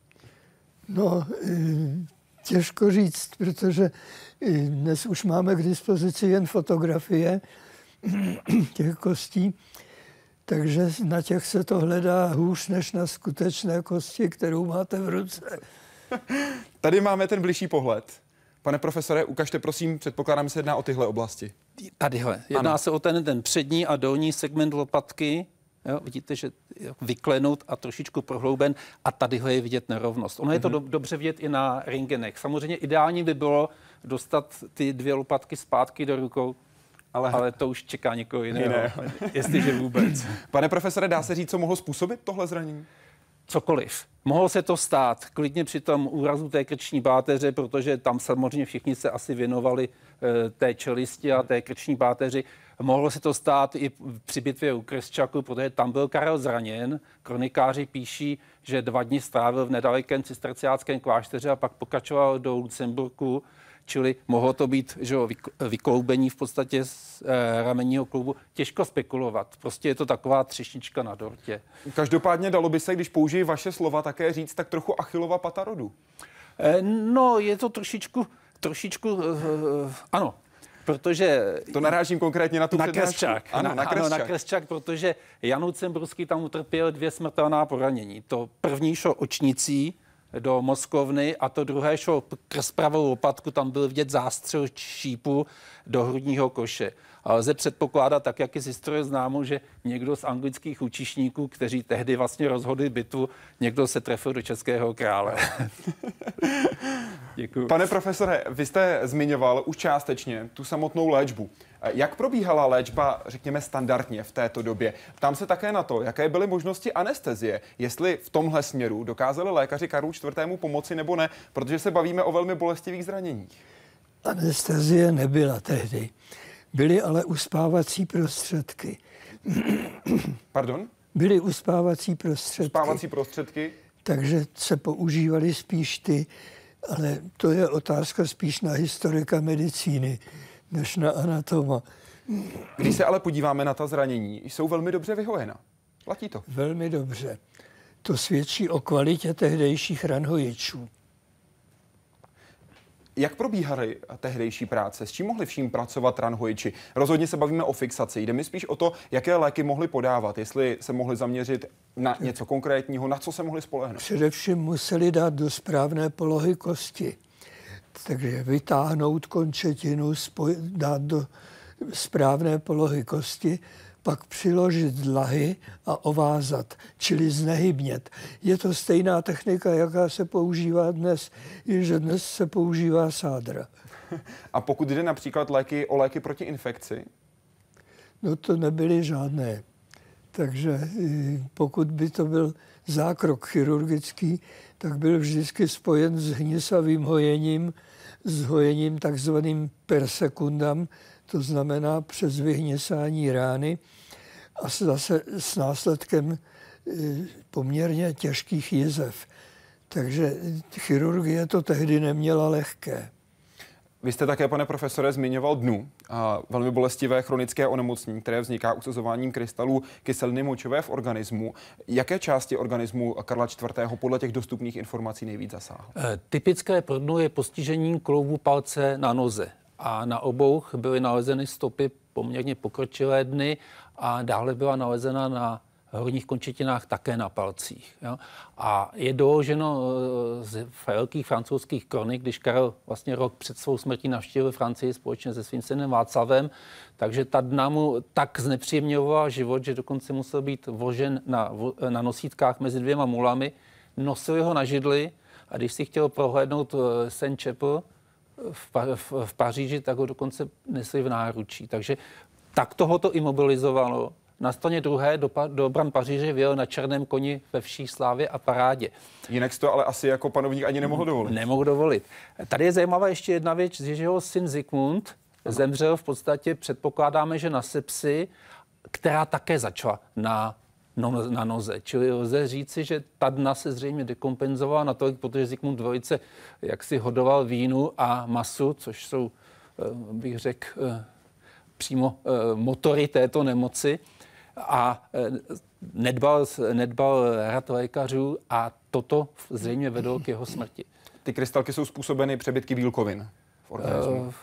No, těžko říct, protože dnes už máme k dispozici jen fotografie těch kostí, takže na těch se to hledá hůř než na skutečné kosti, kterou máte v ruce. Tady máme ten bližší pohled. Pane profesore, ukažte prosím, předpokládám, že se jedná o tyhle oblasti. Tadyhle. Jedná ano. se o ten, ten přední a dolní segment lopatky. Jo, vidíte, že je vyklenut a trošičku prohlouben a tadyhle je vidět nerovnost. Ono mm-hmm. je to do, dobře vidět i na rentgenech. Samozřejmě ideální by bylo dostat ty dvě lopatky zpátky do rukou, ale, ale to už čeká někoho jiného, jiného. Jestliže vůbec. Pane profesore, dá se říct, co mohlo způsobit tohle zranění? Cokoliv. Mohlo se to stát klidně při tom úrazu té krční páteře, protože tam samozřejmě všichni se asi věnovali e, té čelisti a té krční páteři. Mohlo se to stát i při bitvě u Kresťaku, protože tam byl Karel zraněn. Kronikáři píší, že dva dny strávil v nedalekém cisterciáckém klášteře a pak pokračoval do Lucemburku. Čili mohlo to být, že jo, vykloubení v podstatě z e, ramenního kloubu. Těžko spekulovat. Prostě je to taková třešnička na dortě. Každopádně dalo by se, když použijí vaše slova, také říct tak trochu Achillova pata rodu. E, no, je to trošičku, trošičku, e, ano. Protože to narážím konkrétně na tu na Kresťák. Ano, na, na Kresťák. Ano, na Kresťák, protože Jan Lucemburský tam utrpěl dvě smrtelná poranění. To první šlo očnicí do mozkovny a to druhé šlo krz pravou lopatku, tam byl vidět zástřel šípu do hrudního koše. A lze předpokládat, tak jak je z historie známo, že někdo z anglických účišníků, kteří tehdy vlastně rozhodli bitvu, někdo se trefil do českého krále. Děkuji. Pane profesore, vy jste zmiňoval už částečně tu samotnou léčbu. Jak probíhala léčba, řekněme, standardně v této době? Ptám se také na to, jaké byly možnosti anestezie, jestli v tomhle směru dokázali lékaři Karlu čtvrtému pomoci nebo ne, protože se bavíme o velmi bolestivých zraněních. Anestezie nebyla tehdy. Byly ale uspávací prostředky. Pardon? Byly uspávací prostředky. Uspávací prostředky? Takže se používaly spíš ty, ale to je otázka spíš na historika medicíny, než na anatoma. Když se ale podíváme na ta zranění, jsou velmi dobře vyhojena. Platí to? Velmi dobře. To svědčí o kvalitě tehdejších ranhojičů. Jak probíhaly tehdejší práce? S čím mohli vším pracovat ranhojiči? Rozhodně se bavíme o fixaci. Jde mi spíš o to, jaké léky mohli podávat, jestli se mohli zaměřit na něco konkrétního, na co se mohli spolehnout. Především museli dát do správné polohy kosti. Takže vytáhnout končetinu, spoj, dát do správné polohy kosti, pak přiložit dlahy a ovázat, čili znehybnět. Je to stejná technika, jaká se používá dnes, jenže dnes se používá sádra. A pokud jde například léky o léky proti infekci? No to nebyly žádné. Takže pokud by to byl zákrok chirurgický, tak byl vždycky spojen s hnisavým hojením, s hojením takzvaným per secundam, to znamená přes vyhnisání rány a zase s následkem poměrně těžkých jizev. Takže chirurgie to tehdy neměla lehké. Vy jste také, pane profesore, zmiňoval dnu a velmi bolestivé chronické onemocnění, které vzniká usazováním krystalů kyseliny močové v organismu. Jaké části organismu Karla čtvrtého podle těch dostupných informací nejvíc zasáhlo? Typické pro dno je postižení kloubu palce na noze. A na obou byly nalezeny stopy poměrně pokročilé dny a dále byla nalezena na horních končetinách také na palcích. Jo? A je doloženo z velkých francouzských kronik, když Karel vlastně rok před svou smrtí navštívil Francii společně se svým synem Václavem, takže ta dna mu tak znepříjemňovala život, že dokonce musel být vožen na, na nosítkách mezi dvěma mulami, nosili ho na židli a když si chtěl prohlédnout Saint Chapel, v, v, v Paříži, tak ho dokonce nesli v náručí. Takže tak toho to imobilizovalo. Na straně druhé do, do bran Paříže vyjel na černém koni ve vší slávě a parádě. Jinak si to ale asi jako panovník ani nemohl dovolit. Nemohl dovolit. Tady je zajímavá ještě jedna věc, že jeho syn Zikmund zemřel v podstatě, předpokládáme, že na sepsi, která také začala na, no, na noze. Čili lze říci, že ta dna se zřejmě dekompenzovala natolik, protože Zikmund dvojice jaksi hodoval vínu a masu, což jsou, bych řekl, přímo motory této nemoci. A nedbal, nedbal rad lékařů a toto zřejmě vedlo k jeho smrti. Ty krystalky jsou způsobeny přebytky bílkovin v organismu? Uh,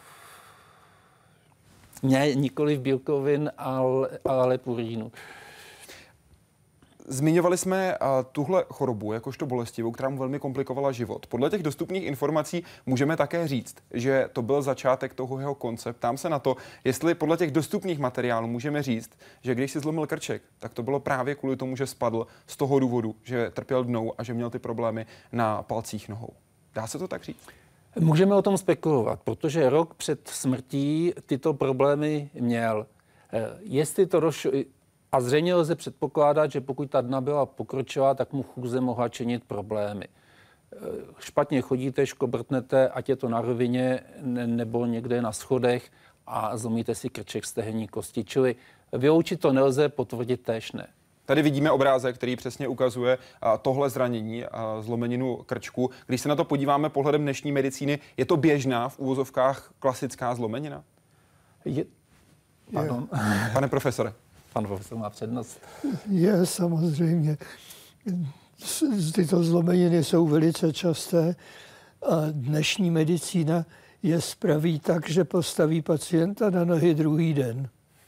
ne, nikoli v bílkovin, ale, ale purínu. Zmiňovali jsme uh, tuhle chorobu jakožto bolestivou, která mu velmi komplikovala život. Podle těch dostupných informací můžeme také říct, že to byl začátek toho jeho konce. Ptám se na to, jestli podle těch dostupných materiálů můžeme říct, že když si zlomil krček, tak to bylo právě kvůli tomu, že spadl z toho důvodu, že trpěl dnou a že měl ty problémy na palcích nohou. Dá se to tak říct? Můžeme o tom spekulovat, protože rok před smrtí tyto problémy měl. Jestli to došlo... A zřejmě lze předpokládat, že pokud ta dna byla pokročilá, tak mu chůze mohla činit problémy. Špatně chodíte, škobrtnete, ať je to na rovině nebo někde na schodech a zlomíte si krček, stehenní kosti. Čili vyloučit to nelze, potvrdit též ne. Tady vidíme obrázek, který přesně ukazuje tohle zranění, zlomeninu krčku. Když se na to podíváme pohledem dnešní medicíny, je to běžná v úvozovkách klasická zlomenina? Je... Pardon. Pane profesore. Pan profesor má přednost. Je, samozřejmě. Tyto zlomeniny jsou velice časté a dnešní medicína je spraví tak, že postaví pacienta na nohy druhý den.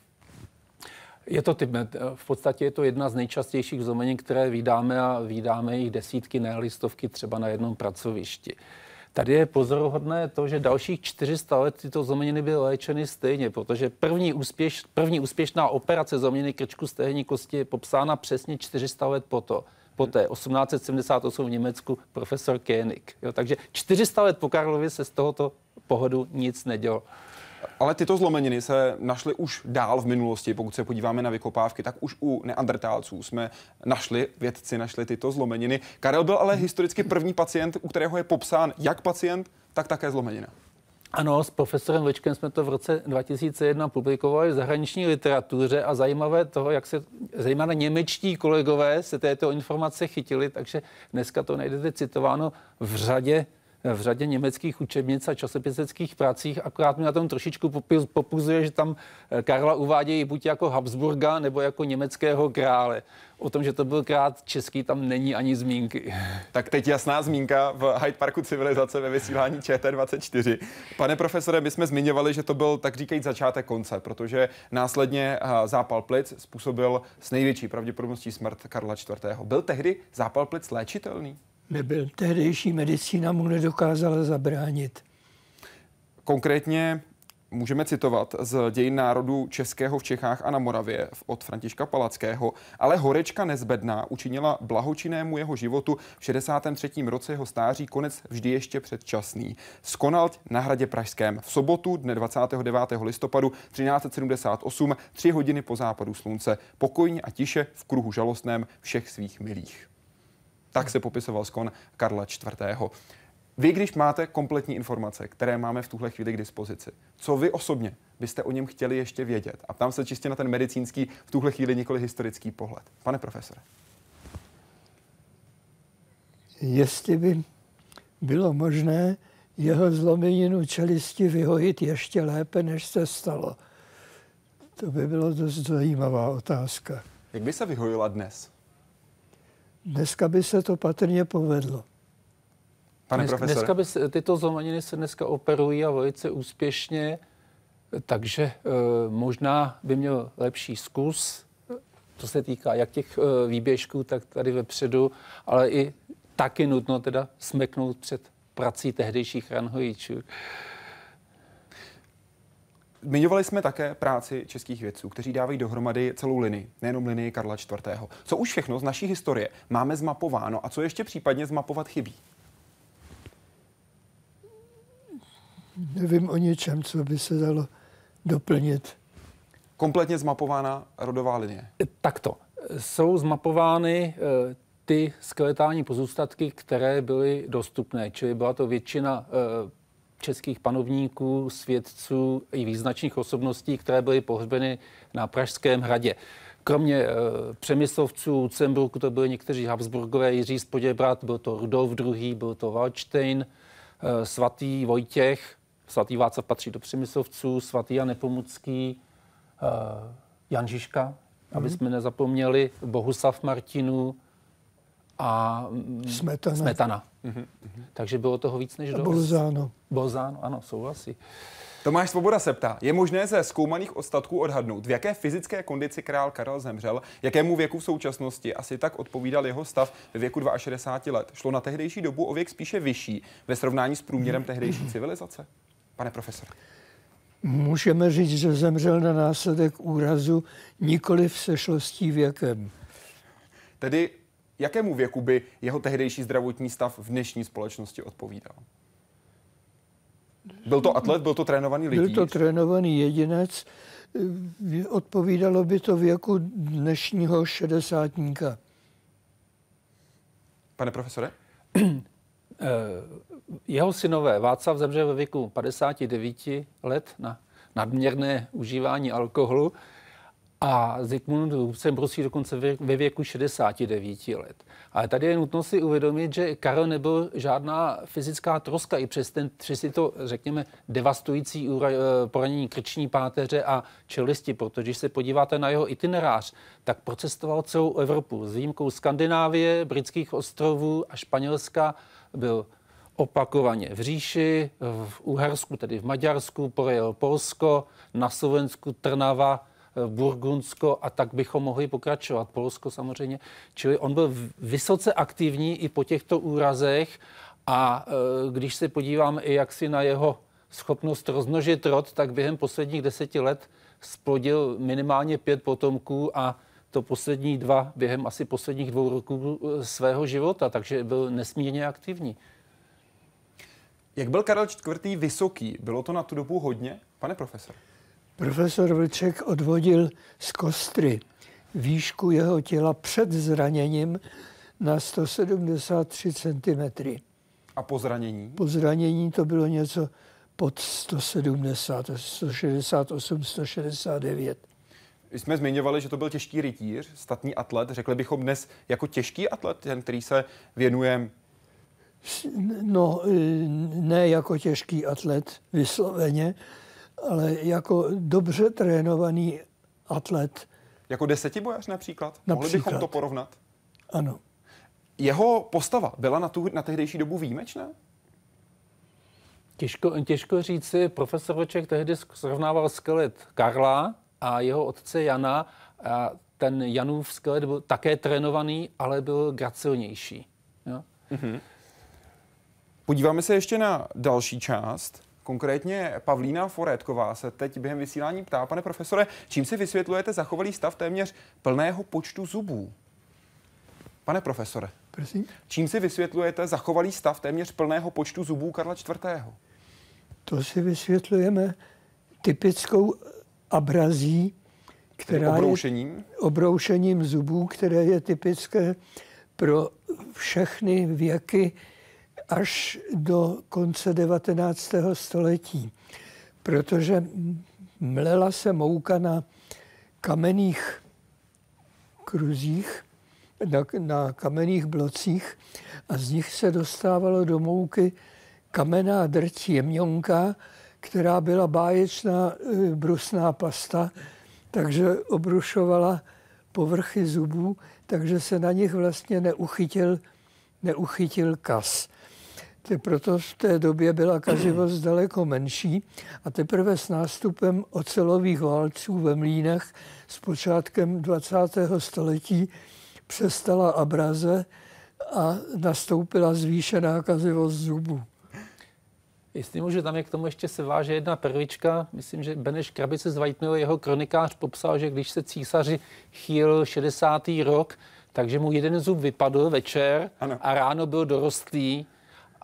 Je to typ, v podstatě je to jedna z nejčastějších zlomenin, které vídáme a vídáme jich desítky, ne stovky třeba na jednom pracovišti. Tady je pozoruhodné to, že dalších čtyři sta let tyto zlomeniny byly léčeny stejně, protože první, úspěš, první úspěšná operace zlomeniny krčku stehenní kosti je popsána přesně čtyři sta let poto. Poté osmnáct set sedmdesát osm v Německu profesor Koenig. Jo, takže čtyři sta let po Karlově se z tohoto pohodu nic nedělo. Ale tyto zlomeniny se našly už dál v minulosti, pokud se podíváme na vykopávky, tak už u neandertálců jsme našli, vědci našli tyto zlomeniny. Karel byl ale historicky první pacient, u kterého je popsán jak pacient, tak také zlomenina. Ano, s profesorem Vlčkem jsme to v roce dva tisíce jedna publikovali v zahraniční literatuře a zajímavé toho, jak se zejména němečtí kolegové se této informace chytili, takže dneska to najdete citováno v řadě v řadě německých učebnic a časopiseckých pracích, akorát mi na tom trošičku popuzuje, že tam Karla uvádějí buď jako Habsburga, nebo jako německého krále. O tom, že to byl král český, tam není ani zmínky. Tak teď jasná zmínka v Hyde Parku civilizace ve vysílání Č T dvacet čtyři. Pane profesore, my jsme zmiňovali, že to byl, tak říkajíc, začátek konce, protože následně zápal plic způsobil s největší pravděpodobností smrt Karla čtvrtého. Byl tehdy zápal plic léčitelný? Nebyl. Tehdejší medicína mu nedokázala zabránit. Konkrétně můžeme citovat z dějin národu českého v Čechách a na Moravě od Františka Palackého, ale horečka nezbedná učinila blahočinnému jeho životu v šedesátém třetím roce jeho stáří konec vždy ještě předčasný. Skonal na hradě Pražském v sobotu dne dvacátého devátého listopadu třináct set sedmdesát osm, tři hodiny po západu slunce, pokojně a tiše v kruhu žalostném všech svých milých. Tak se popisoval skon Karla čtvrtého. Vy, když máte kompletní informace, které máme v tuhle chvíli k dispozici, co vy osobně byste o něm chtěli ještě vědět? A ptám se čistě na ten medicínský, v tuhle chvíli nikoli historický pohled. Pane profesore. Jestli by bylo možné jeho zlomeninu čelisti vyhojit ještě lépe, než se stalo. To by bylo dost zajímavá otázka. Jak by se vyhojila dnes? Dneska by se to patrně povedlo. Pane Dnes, profesore. Dneska by se, tyto zlomeniny se dneska operují a velice úspěšně, takže e, možná by měl lepší zkus, to se týká jak těch e, výběžků, tak tady vepředu, ale i taky nutno teda smeknout před prací tehdejších ranhojičů. Zmiňovali jsme také práci českých vědců, kteří dávají dohromady celou linii, nejenom linii Karla čtvrtého. Co už všechno z naší historie máme zmapováno a co ještě případně zmapovat chybí? nevím o ničem, co by se dalo doplnit. Kompletně zmapována rodová linie. Takto. Jsou zmapovány e, ty skeletální pozůstatky, které byly dostupné. Čili byla to většina e, českých panovníků, svědců i význačných osobností, které byly pohřbeny na Pražském hradě. Kromě e, Přemyslovců, Lucemburku, to byli někteří Habsburgové, Jiří z Poděbrad, byl to Rudolf druhý., byl to Valdštejn, e, svatý Vojtěch, svatý Václav patří do Přemyslovců, svatý Jan Nepomucký, e, Jan Žižka, aby jsme nezapomněli, Bohuslav Martinů a Smetana. Smetana. Mm-hmm. Takže bylo toho víc než dost. Bolzano. Bolzano, ano, souhlasí. Tomáš Svoboda se ptá, je možné ze zkoumaných ostatků odhadnout, v jaké fyzické kondici král Karel zemřel, jakému věku v současnosti asi tak odpovídal jeho stav ve věku šedesáti dvou let. Šlo na tehdejší dobu o věk spíše vyšší ve srovnání s průměrem tehdejší civilizace? Pane profesor. Můžeme říct, že zemřel na následek úrazu, nikoli v sešlostí věkem. Tedy jakému věku by jeho tehdejší zdravotní stav v dnešní společnosti odpovídal? Byl to atlet, byl to trénovaný rytíř? Byl to trénovaný jedinec, odpovídalo by to věku dnešního šedesátníka. Pane profesore? Jeho synové Václav zemřel ve věku padesáti devíti let na nadměrné užívání alkoholu a Zikmund Lucemburský dokonce ve věku šedesáti devíti let. Ale tady je nutno si uvědomit, že Karel nebyl žádná fyzická troska, i přes, ten, přes si to, řekněme, devastující poranění krční páteře a čelisti, protože když se podíváte na jeho itinerář, tak procestoval celou Evropu s výjimkou Skandinávie, Britských ostrovů a Španělska. Byl opakovaně v říši, v Uhersku, tedy v Maďarsku, projel Polsko, na Slovensku Trnava, Burgundsko a tak bychom mohli pokračovat. Polsko samozřejmě. Čili on byl vysoce aktivní i po těchto úrazech a e, když se podívám i jaksi na jeho schopnost rozmnožit rod, tak během posledních deseti let splodil minimálně pět potomků a to poslední dva během asi posledních dvou roků svého života, takže byl nesmírně aktivní. Jak byl Karel čtvrtý vysoký? Bylo to na tu dobu hodně, pane profesor? Profesor Vlček odvodil z kostry výšku jeho těla před zraněním na sto sedmdesát tři centimetrů. A po zranění? Po zranění to bylo něco pod sto sedmdesát, sto šedesát osm, sto šedesát devět. Jsme zmiňovali, že to byl těžký rytíř, statný atlet. Řekli bychom dnes jako těžký atlet, ten, který se věnuje... No, ne jako těžký atlet vysloveně, ale jako dobře trénovaný atlet. Jako desetibojař například? například? Mohli bychom to porovnat? Ano. Jeho postava byla na, tu, na tehdejší dobu výjimečná? Těžko, těžko říci. Profesor Vlček tehdy srovnával skelet Karla a jeho otce Jana. A ten Janův skelet byl také trénovaný, ale byl gracilnější. Jo? Mm-hmm. Podíváme se ještě na další část. Konkrétně Pavlína Forétková se teď během vysílání ptá, pane profesore, čím si vysvětlujete zachovalý stav téměř plného počtu zubů? Pane profesore, prosím? Čím si vysvětlujete zachovalý stav téměř plného počtu zubů Karla čtvrtého? To si vysvětlujeme typickou abrazí, která obroušením? je obroušením zubů, které je typické pro všechny věky až do konce devatenáctého století, protože mlela se mouka na kamenných kruzích, na, na kamenných blocích a z nich se dostávalo do mouky kamenná drť jemňonka, která byla báječná brusná pasta, takže obrušovala povrchy zubů, takže se na nich vlastně neuchytil, neuchytil kas. Proto v té době byla kazivost daleko menší a teprve s nástupem ocelových válců ve mlýnech s počátkem dvacátého století přestala abraze a nastoupila zvýšená kazivost zubů. Jestli můžu, tam je k tomu ještě se váže jedna perlička. Myslím, že Beneš Krabice z Whitemillu, jeho kronikář, popsal, že když se císaři chýlil šedesátý rok, takže mu jeden zub vypadl večer ano. a ráno byl dorostlý.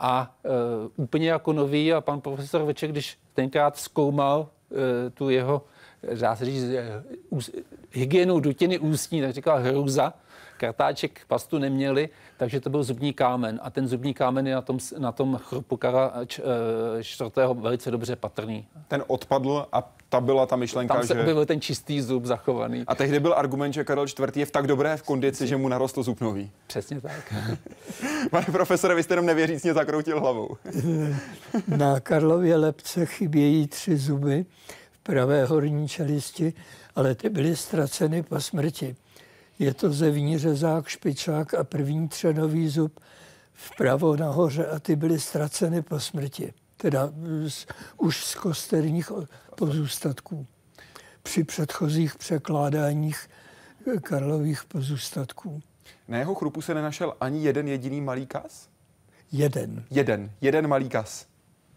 a e, úplně jako nový a pan profesor Veček, když tenkrát zkoumal e, tu jeho, dá se říct, e, hygienu dutiny ústní, tak říkal hrůza, kartáček pastu neměli, takže to byl zubní kámen a ten zubní kámen je na tom, na tom chrupu Karla čtvrtého velice dobře patrný. Ten odpadl a ta byla ta myšlenka, tam se že... objevil ten čistý zub zachovaný. A tehdy byl argument, že Karel čtvrtý je v tak dobré v kondici, že mu narostl zub nový. Přesně tak. Pane profesore, vy jste jenom nevěřícně zakroutil hlavou. Na Karlově lebce chybějí tři zuby v pravé horní čelisti, ale ty byly ztraceny po smrti. Je to zevní řezák, špičák a první třenový zub vpravo nahoře a ty byly ztraceny po smrti. Teda z, už z kosterních pozůstatků. Při předchozích překládáních Karlových pozůstatků. Na jeho chrupu se nenašel ani jeden jediný malý kas? Jeden. Jeden. Jeden malý kas.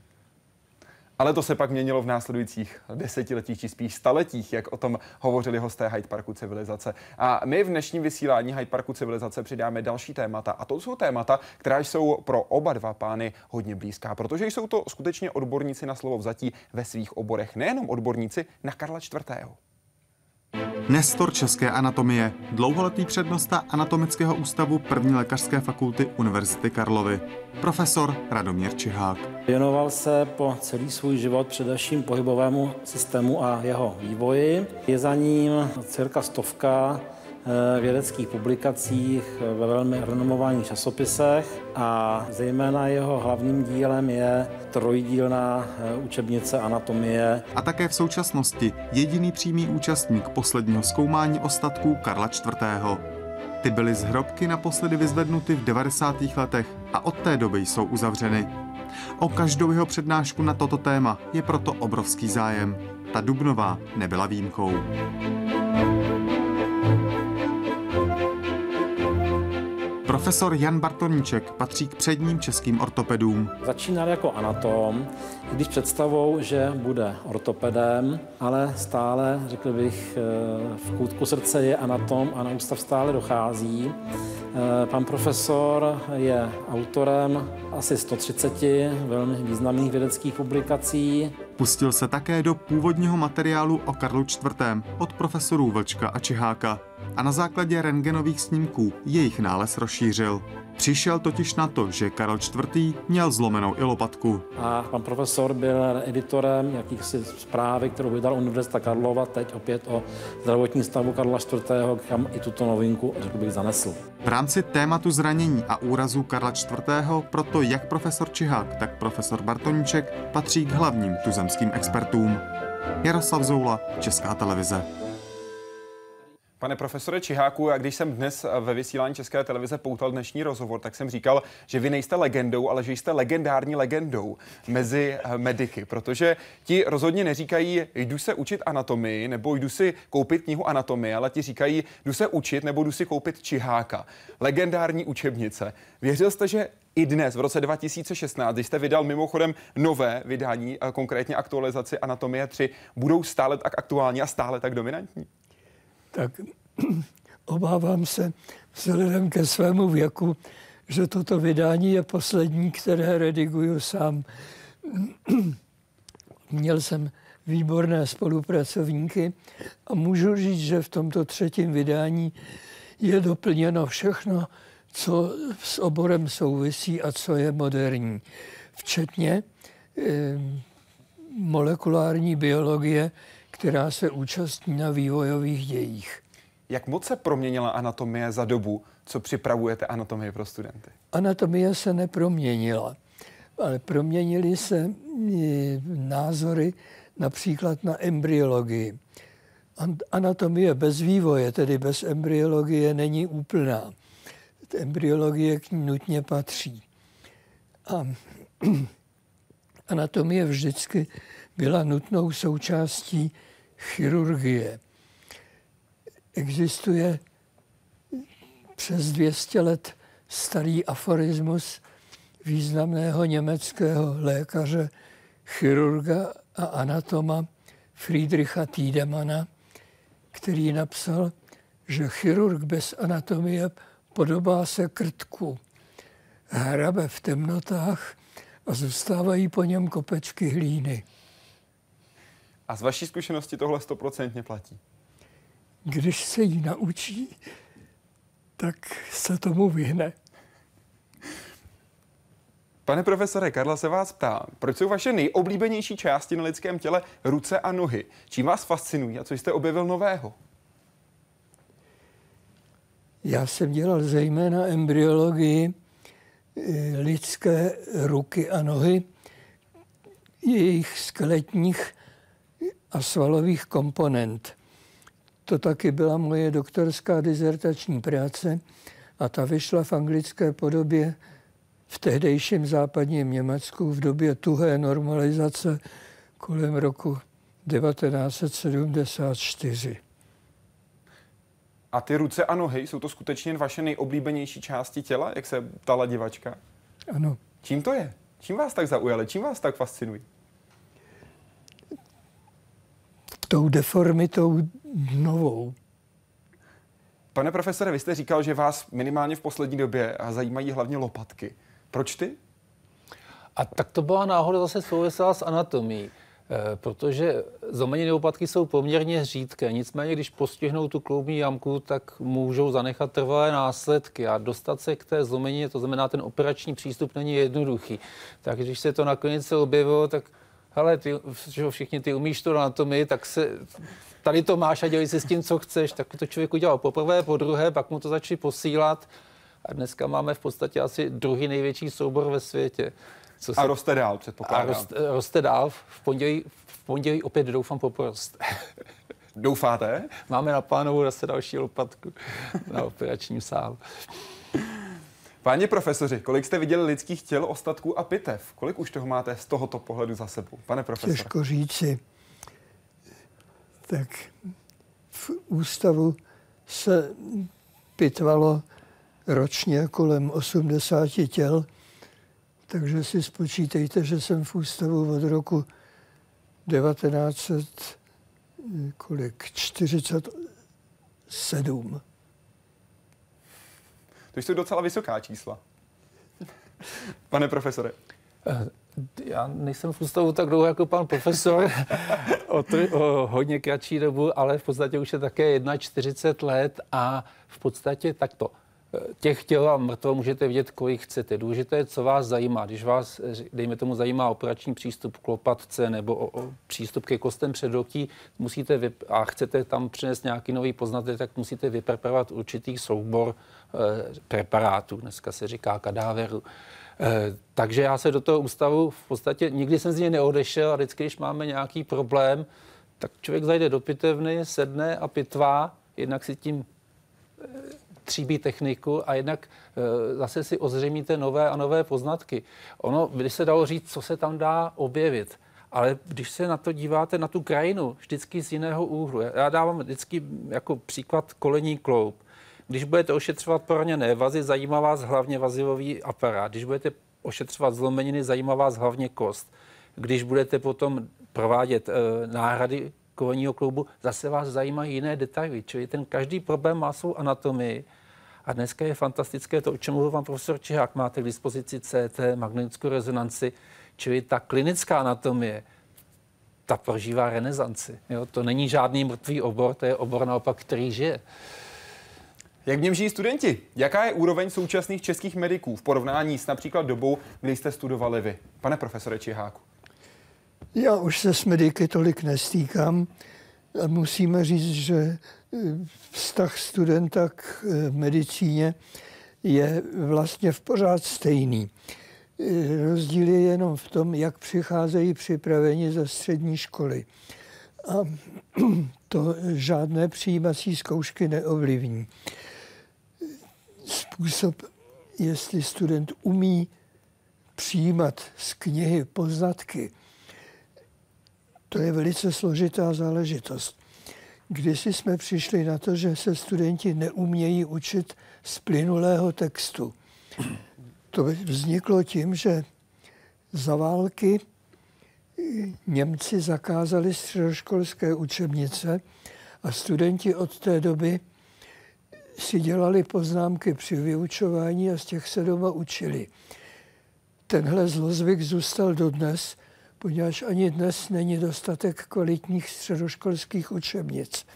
Ale to se pak měnilo v následujících desetiletích, či spíš staletích, jak o tom hovořili hosté Hyde Parku civilizace. A my v dnešním vysílání Hyde Parku civilizace přidáme další témata. A to jsou témata, která jsou pro oba dva pány hodně blízká, protože jsou to skutečně odborníci na slovo vzatí ve svých oborech. Nejenom odborníci na Karla čtvrtého. Nestor české anatomie, dlouholetý přednosta Anatomického ústavu první lékařské fakulty Univerzity Karlovy, profesor Radomír Čihák. Věnoval se po celý svůj život především pohybovému systému a jeho vývoji. Je za ním cirka stovka vědeckých publikacích ve velmi renomovaných časopisech a zejména jeho hlavním dílem je trojdílná učebnice anatomie. A také v současnosti jediný přímý účastník posledního zkoumání ostatků Karla čtvrtého. Ty byly z hrobky naposledy vyzvednuty v devadesátých letech a od té doby jsou uzavřeny. O každou jeho přednášku na toto téma je proto obrovský zájem. Ta dubnová nebyla výjimkou. Profesor Jan Bartoníček patří k předním českým ortopedům. Začínal jako anatom, když představou, že bude ortopedem, ale stále, řekl bych, v koutku srdce je anatom a na ústav stále dochází. Pan profesor je autorem asi sto třicet velmi významných vědeckých publikací. Pustil se také do původního materiálu o Karlu čtvrtém od profesorů Vlčka a Čiháka a na základě rentgenových snímků jejich nález rozšířil. Přišel totiž na to, že Karel čtvrtý měl zlomenou i lopatku. A pan profesor byl editorem jakýchsi zprávy, kterou vydal Univerzita Karlova, teď opět o zdravotní stavu Karla čtvrtého, kam i tuto novinku, řekl bych, zanesl. V rámci tématu zranění a úrazů Karla čtvrtého proto jak profesor Čihák, tak profesor Bartoníček patří k hlavním tuzemským expertům. Jaroslav Zoula, Česká televize. Pane profesore Čiháku, a když jsem dnes ve vysílání České televize poutal dnešní rozhovor, tak jsem říkal, že vy nejste legendou, ale že jste legendární legendou mezi mediky, protože ti rozhodně neříkají, jdu se učit anatomii, nebo jdu si koupit knihu anatomie, ale ti říkají, jdu se učit, nebo jdu si koupit Čiháka. Legendární učebnice. Věřil jste, že i dnes, v roce dva tisíce šestnáct, když jste vydal mimochodem nové vydání, konkrétně aktualizaci Anatomie tři, budou stále tak aktuální a stále tak dominantní? Tak obávám se vzhledem ke svému věku, že toto vydání je poslední, které rediguju sám. Měl jsem výborné spolupracovníky a můžu říct, že v tomto třetím vydání je doplněno všechno, co s oborem souvisí a co je moderní. Včetně eh, molekulární biologie, která se účastní na vývojových dějích. Jak moc se proměnila anatomie za dobu, co připravujete anatomii pro studenty? Anatomie se neproměnila, ale proměnily se názory například na embryologii. Anatomie bez vývoje, tedy bez embryologie, není úplná. Embryologie k ní nutně patří. A anatomie vždycky byla nutnou součástí chirurgie. Existuje přes dvě stě let starý aforismus významného německého lékaře, chirurga a anatoma Friedricha Tiedemana, který napsal, že chirurg bez anatomie podobá se krtku. hrabe v temnotách a zůstávají po něm kopečky hlíny. A z vaší zkušenosti tohle stoprocentně platí? Když se jí naučí, tak se tomu vyhne. Pane profesore, Karla se vás ptá, proč jsou vaše nejoblíbenější části na lidském těle ruce a nohy? Čím vás fascinují a co jste objevil nového? Já jsem dělal zejména embryologii lidské ruky a nohy, jejich skeletních a svalových komponent. To taky byla moje doktorská dizertační práce a ta vyšla v anglické podobě v tehdejším západním Německu v době tuhé normalizace kolem roku devatenáct set sedmdesát čtyři. A ty ruce a nohy, jsou to skutečně vaše nejoblíbenější části těla, jak se ptala divačka? Ano. Čím to je? Čím vás tak zaujaly? Čím vás tak fascinují? Tou deformitou novou. Pane profesore, vy jste říkal, že vás minimálně v poslední době zajímají hlavně lopatky. Proč ty? A tak to byla náhoda zase souvisela s anatomií. E, protože zlomeniny lopatky jsou poměrně řídké. Nicméně, když postihnou tu kloubní jamku, tak můžou zanechat trvalé následky. A dostat se k té zlomenině, to znamená, ten operační přístup není jednoduchý. Tak když se to nakonec objevilo, tak hele, ty, že všichni ty umíš tu anatomii, tak se, tady to máš a dělej si s tím, co chceš. Tak to člověk udělal poprvé, po druhé, pak mu to začali posílat. A dneska máme v podstatě asi druhý největší soubor ve světě. Co a se... roste dál, předpokládám. A roste, roste dál. V pondělí, v pondělí opět doufám poporost. Doufáte? Máme na plánovou zase další lopatku na operačním sálu. Páni profesoři, kolik jste viděli lidských těl, ostatků a pitev? Kolik už toho máte z tohoto pohledu za sebou? Pane profesore. Těžko říci. Tak v ústavu se pitvalo ročně kolem osmdesáti těl, takže si spočítejte, že jsem v ústavu od roku devatenáct set čtyřicet sedm. To jsou docela vysoká čísla. Pane profesore. Já nejsem v ústavu tak dlouho jako pan profesor, o, tři, o hodně kratší dobu, ale v podstatě už je také čtyřicet jedna let a v podstatě takto. Těch těl a mrtvo můžete vidět, kolik chcete. Důležité je, co vás zajímá. Když vás, dejme tomu, zajímá operační přístup k lopatce nebo o, o přístup ke kostem předoktí, musíte vyp- a chcete tam přinést nějaký nový poznatek, tak musíte vypreparovat určitý soubor e, preparátů. Dneska se říká kadáveru. E, takže já se do toho ústavu v podstatě nikdy jsem z něj neodešel a vždycky, když máme nějaký problém, tak člověk zajde do pitevny, sedne a pitvá, jednak si tím e, tříbí techniku a jednak e, zase si ozřejmíte nové a nové poznatky. Ono, by se dalo říct, co se tam dá objevit, ale když se na to díváte, na tu krajinu, vždycky z jiného úhlu. Já dávám vždycky jako příklad kolenní kloub. Když budete ošetřovat poraněné vazy, zajímá vás hlavně vazivový aparát. Když budete ošetřovat zlomeniny, zajímá vás hlavně kost. Když budete potom provádět e, náhrady kolenního kloubu, zase vás zajímají jiné detaily. Čili ten každý problém má svou anatomii. A dneska je fantastické to, o čem mluvil pan profesor Čihák. Máte k dispozici C T, magnetickou rezonanci, čili ta klinická anatomie, ta prožívá renesanci. Jo? To není žádný mrtvý obor, to je obor naopak, který žije. Jak v něm žijí studenti? Jaká je úroveň současných českých mediků v porovnání s například dobou, kdy jste studovali vy? Pane profesore Čiháku. Já už se s mediky tolik nestýkám. A musíme říct, že vztah studenta k medicíně je vlastně v pořád stejný. Rozdíl je jenom v tom, jak přicházejí připraveni ze střední školy. A to žádné přijímací zkoušky neovlivní. Způsob, jestli student umí přijímat z knihy poznatky, to je velice složitá záležitost. Kdysi jsme přišli na to, že se studenti neumějí učit z plynulého textu. To vzniklo tím, že za války Němci zakázali středoškolské učebnice a studenti od té doby si dělali poznámky při vyučování a z těch se doma učili. Tenhle zlozvyk zůstal dodnes, poněvadž ani dnes není dostatek kvalitních středoškolských učebnic.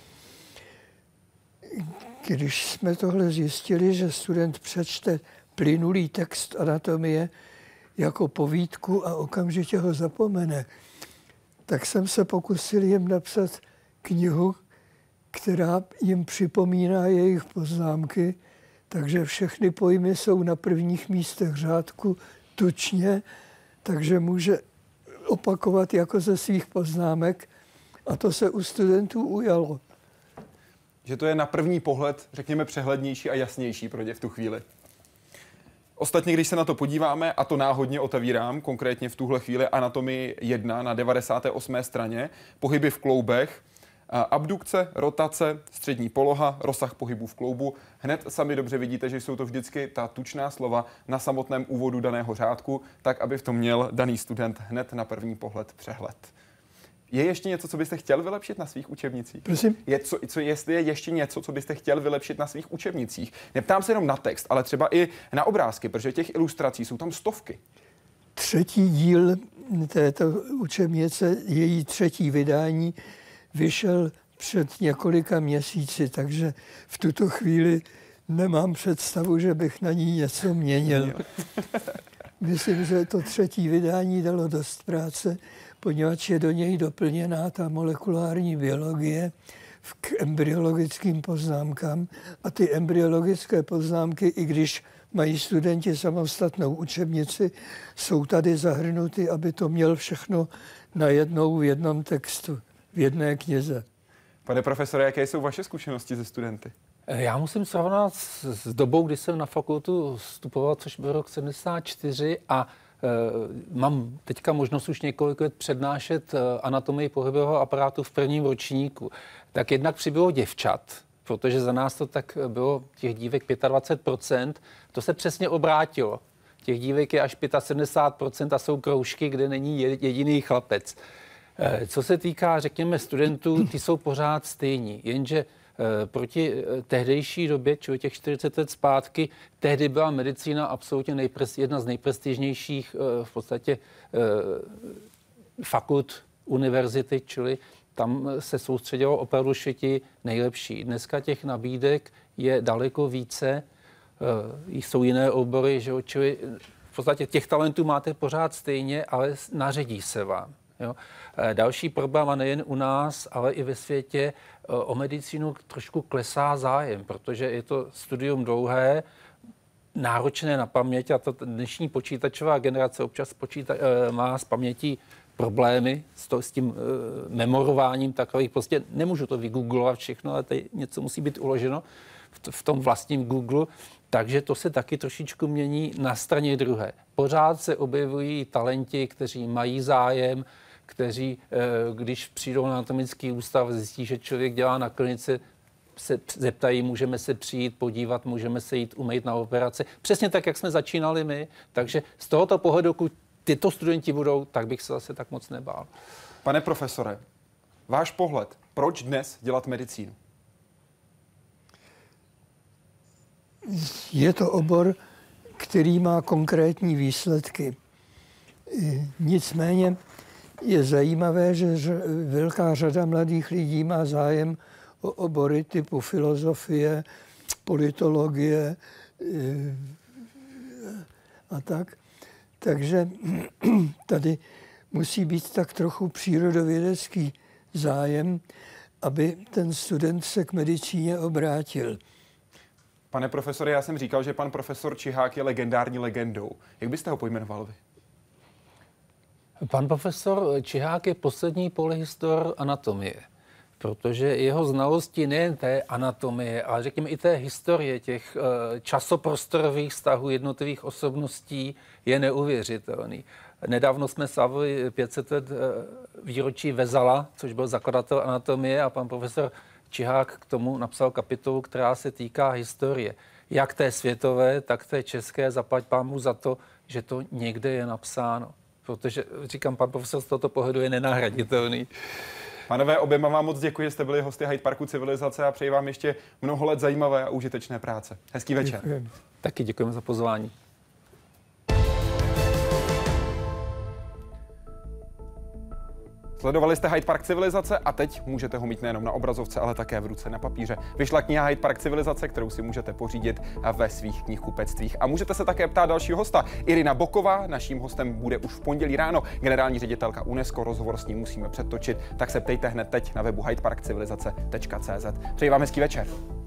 Když jsme tohle zjistili, že student přečte plynulý text anatomie jako povídku a okamžitě ho zapomene, tak jsem se pokusil jim napsat knihu, která jim připomíná jejich poznámky, takže všechny pojmy jsou na prvních místech řádku tučně, takže může opakovat jako ze svých poznámek a to se u studentů ujalo. Že to je na první pohled, řekněme, přehlednější a jasnější pro ně v tu chvíli. Ostatně, když se na to podíváme, a to náhodně otevírám, konkrétně v tuhle chvíli anatomii jedna na devadesáté osmé straně, pohyby v kloubech, abdukce, rotace, střední poloha, rozsah pohybu v kloubu. Hned sami dobře vidíte, že jsou to vždycky ta tučná slova na samotném úvodu daného řádku, tak aby v tom měl daný student hned na první pohled přehled. Je ještě něco, co byste chtěl vylepšit na svých učebnicích? Prosím? Je, co, co, jestli je ještě něco, co byste chtěl vylepšit na svých učebnicích? Neptám se jenom na text, ale třeba i na obrázky, protože těch ilustrací jsou tam stovky. Třetí díl této učebnice, její třetí vydání, vyšel před několika měsíci, takže v tuto chvíli nemám představu, že bych na ní něco měnil. Myslím, že to třetí vydání dalo dost práce, poněvadž je do něj doplněná ta molekulární biologie k embryologickým poznámkám. A ty embryologické poznámky, i když mají studenti samostatnou učebnici, jsou tady zahrnuty, aby to měl všechno najednou v jednom textu, v jedné knize. Pane profesore, jaké jsou vaše zkušenosti se studenty? Já musím srovnat s, s dobou, kdy jsem na fakultu vstupoval, což byl rok sedmdesát čtyři a e, mám teďka možnost už několik let přednášet e, anatomii pohybového aparátu v prvním ročníku. Tak jednak přibylo děvčat, protože za nás to tak bylo těch dívek dvacet pět procent, to se přesně obrátilo. Těch dívek je až sedmdesát pět procent a jsou kroužky, kde není jediný chlapec. E, co se týká, řekněme, studentů, ty jsou pořád stejní, jenže proti tehdejší době, čili těch čtyřicet let zpátky, tehdy byla medicína absolutně nejpres, jedna z nejprestižnějších v podstatě fakult univerzity, čili tam se soustředilo opravdu ti nejlepší. Dneska těch nabídek je daleko více, jsou jiné obory, že jo, čili v podstatě těch talentů máte pořád stejně, ale naředí se vám. Jo. Další problém, a nejen u nás, ale i ve světě, o medicínu trošku klesá zájem, protože je to studium dlouhé, náročné na paměť a ta dnešní počítačová generace občas počíta, má z paměti problémy s, to, s tím uh, memorováním takových, prostě nemůžu to vygooglovat všechno, ale tady něco musí být uloženo v, v tom vlastním Google, takže to se taky trošičku mění na straně druhé. Pořád se objevují talenti, kteří mají zájem, kteří, když přijdou na anatomický ústav, zjistí, že člověk dělá na klinice, se zeptají, můžeme se přijít, podívat, můžeme se jít umýt na operaci. Přesně tak, jak jsme začínali my. Takže z tohoto pohledu, pokud tyto studenti budou, tak bych se zase tak moc nebál. Pane profesore, váš pohled, proč dnes dělat medicínu? Je to obor, který má konkrétní výsledky. Nicméně je zajímavé, že velká řada mladých lidí má zájem o obory typu filozofie, politologie a tak. Takže tady musí být tak trochu přírodovědecký zájem, aby ten student se k medicíně obrátil. Pane profesore, já jsem říkal, že pan profesor Čihák je legendární legendou. Jak byste ho pojmenoval vy? Pan profesor Čihák je poslední polyhistor anatomie, protože jeho znalosti nejen té anatomie, ale řekněme i té historie těch časoprostorových vztahů jednotlivých osobností je neuvěřitelný. Nedávno jsme slavili pět set let výročí Vezala, což byl zakladatel anatomie, a pan profesor Čihák k tomu napsal kapitolu, která se týká historie. Jak té světové, tak té české, zaplať pánbůh za to, že to někde je napsáno. Protože, říkám, pan profesor z tohoto pohledu je nenahraditelný. Pánové, oběma vám moc děkuji, že jste byli hosty Hyde Parku Civilizace a přeji vám ještě mnoho let zajímavé a užitečné práce. Hezký večer. Děkuji. Taky děkujeme za pozvání. Sledovali jste Hyde Park Civilizace a teď můžete ho mít nejenom na obrazovce, ale také v ruce na papíře. Vyšla kniha Hyde Park Civilizace, kterou si můžete pořídit ve svých knihkupectvích. A můžete se také ptát dalšího hosta. Irina Boková, naším hostem bude už v pondělí ráno, generální ředitelka UNESCO, rozhovor s ní musíme přetočit, tak se ptejte hned teď na webu hyde park civilizace tečka cé zet. Přeji vám hezký večer.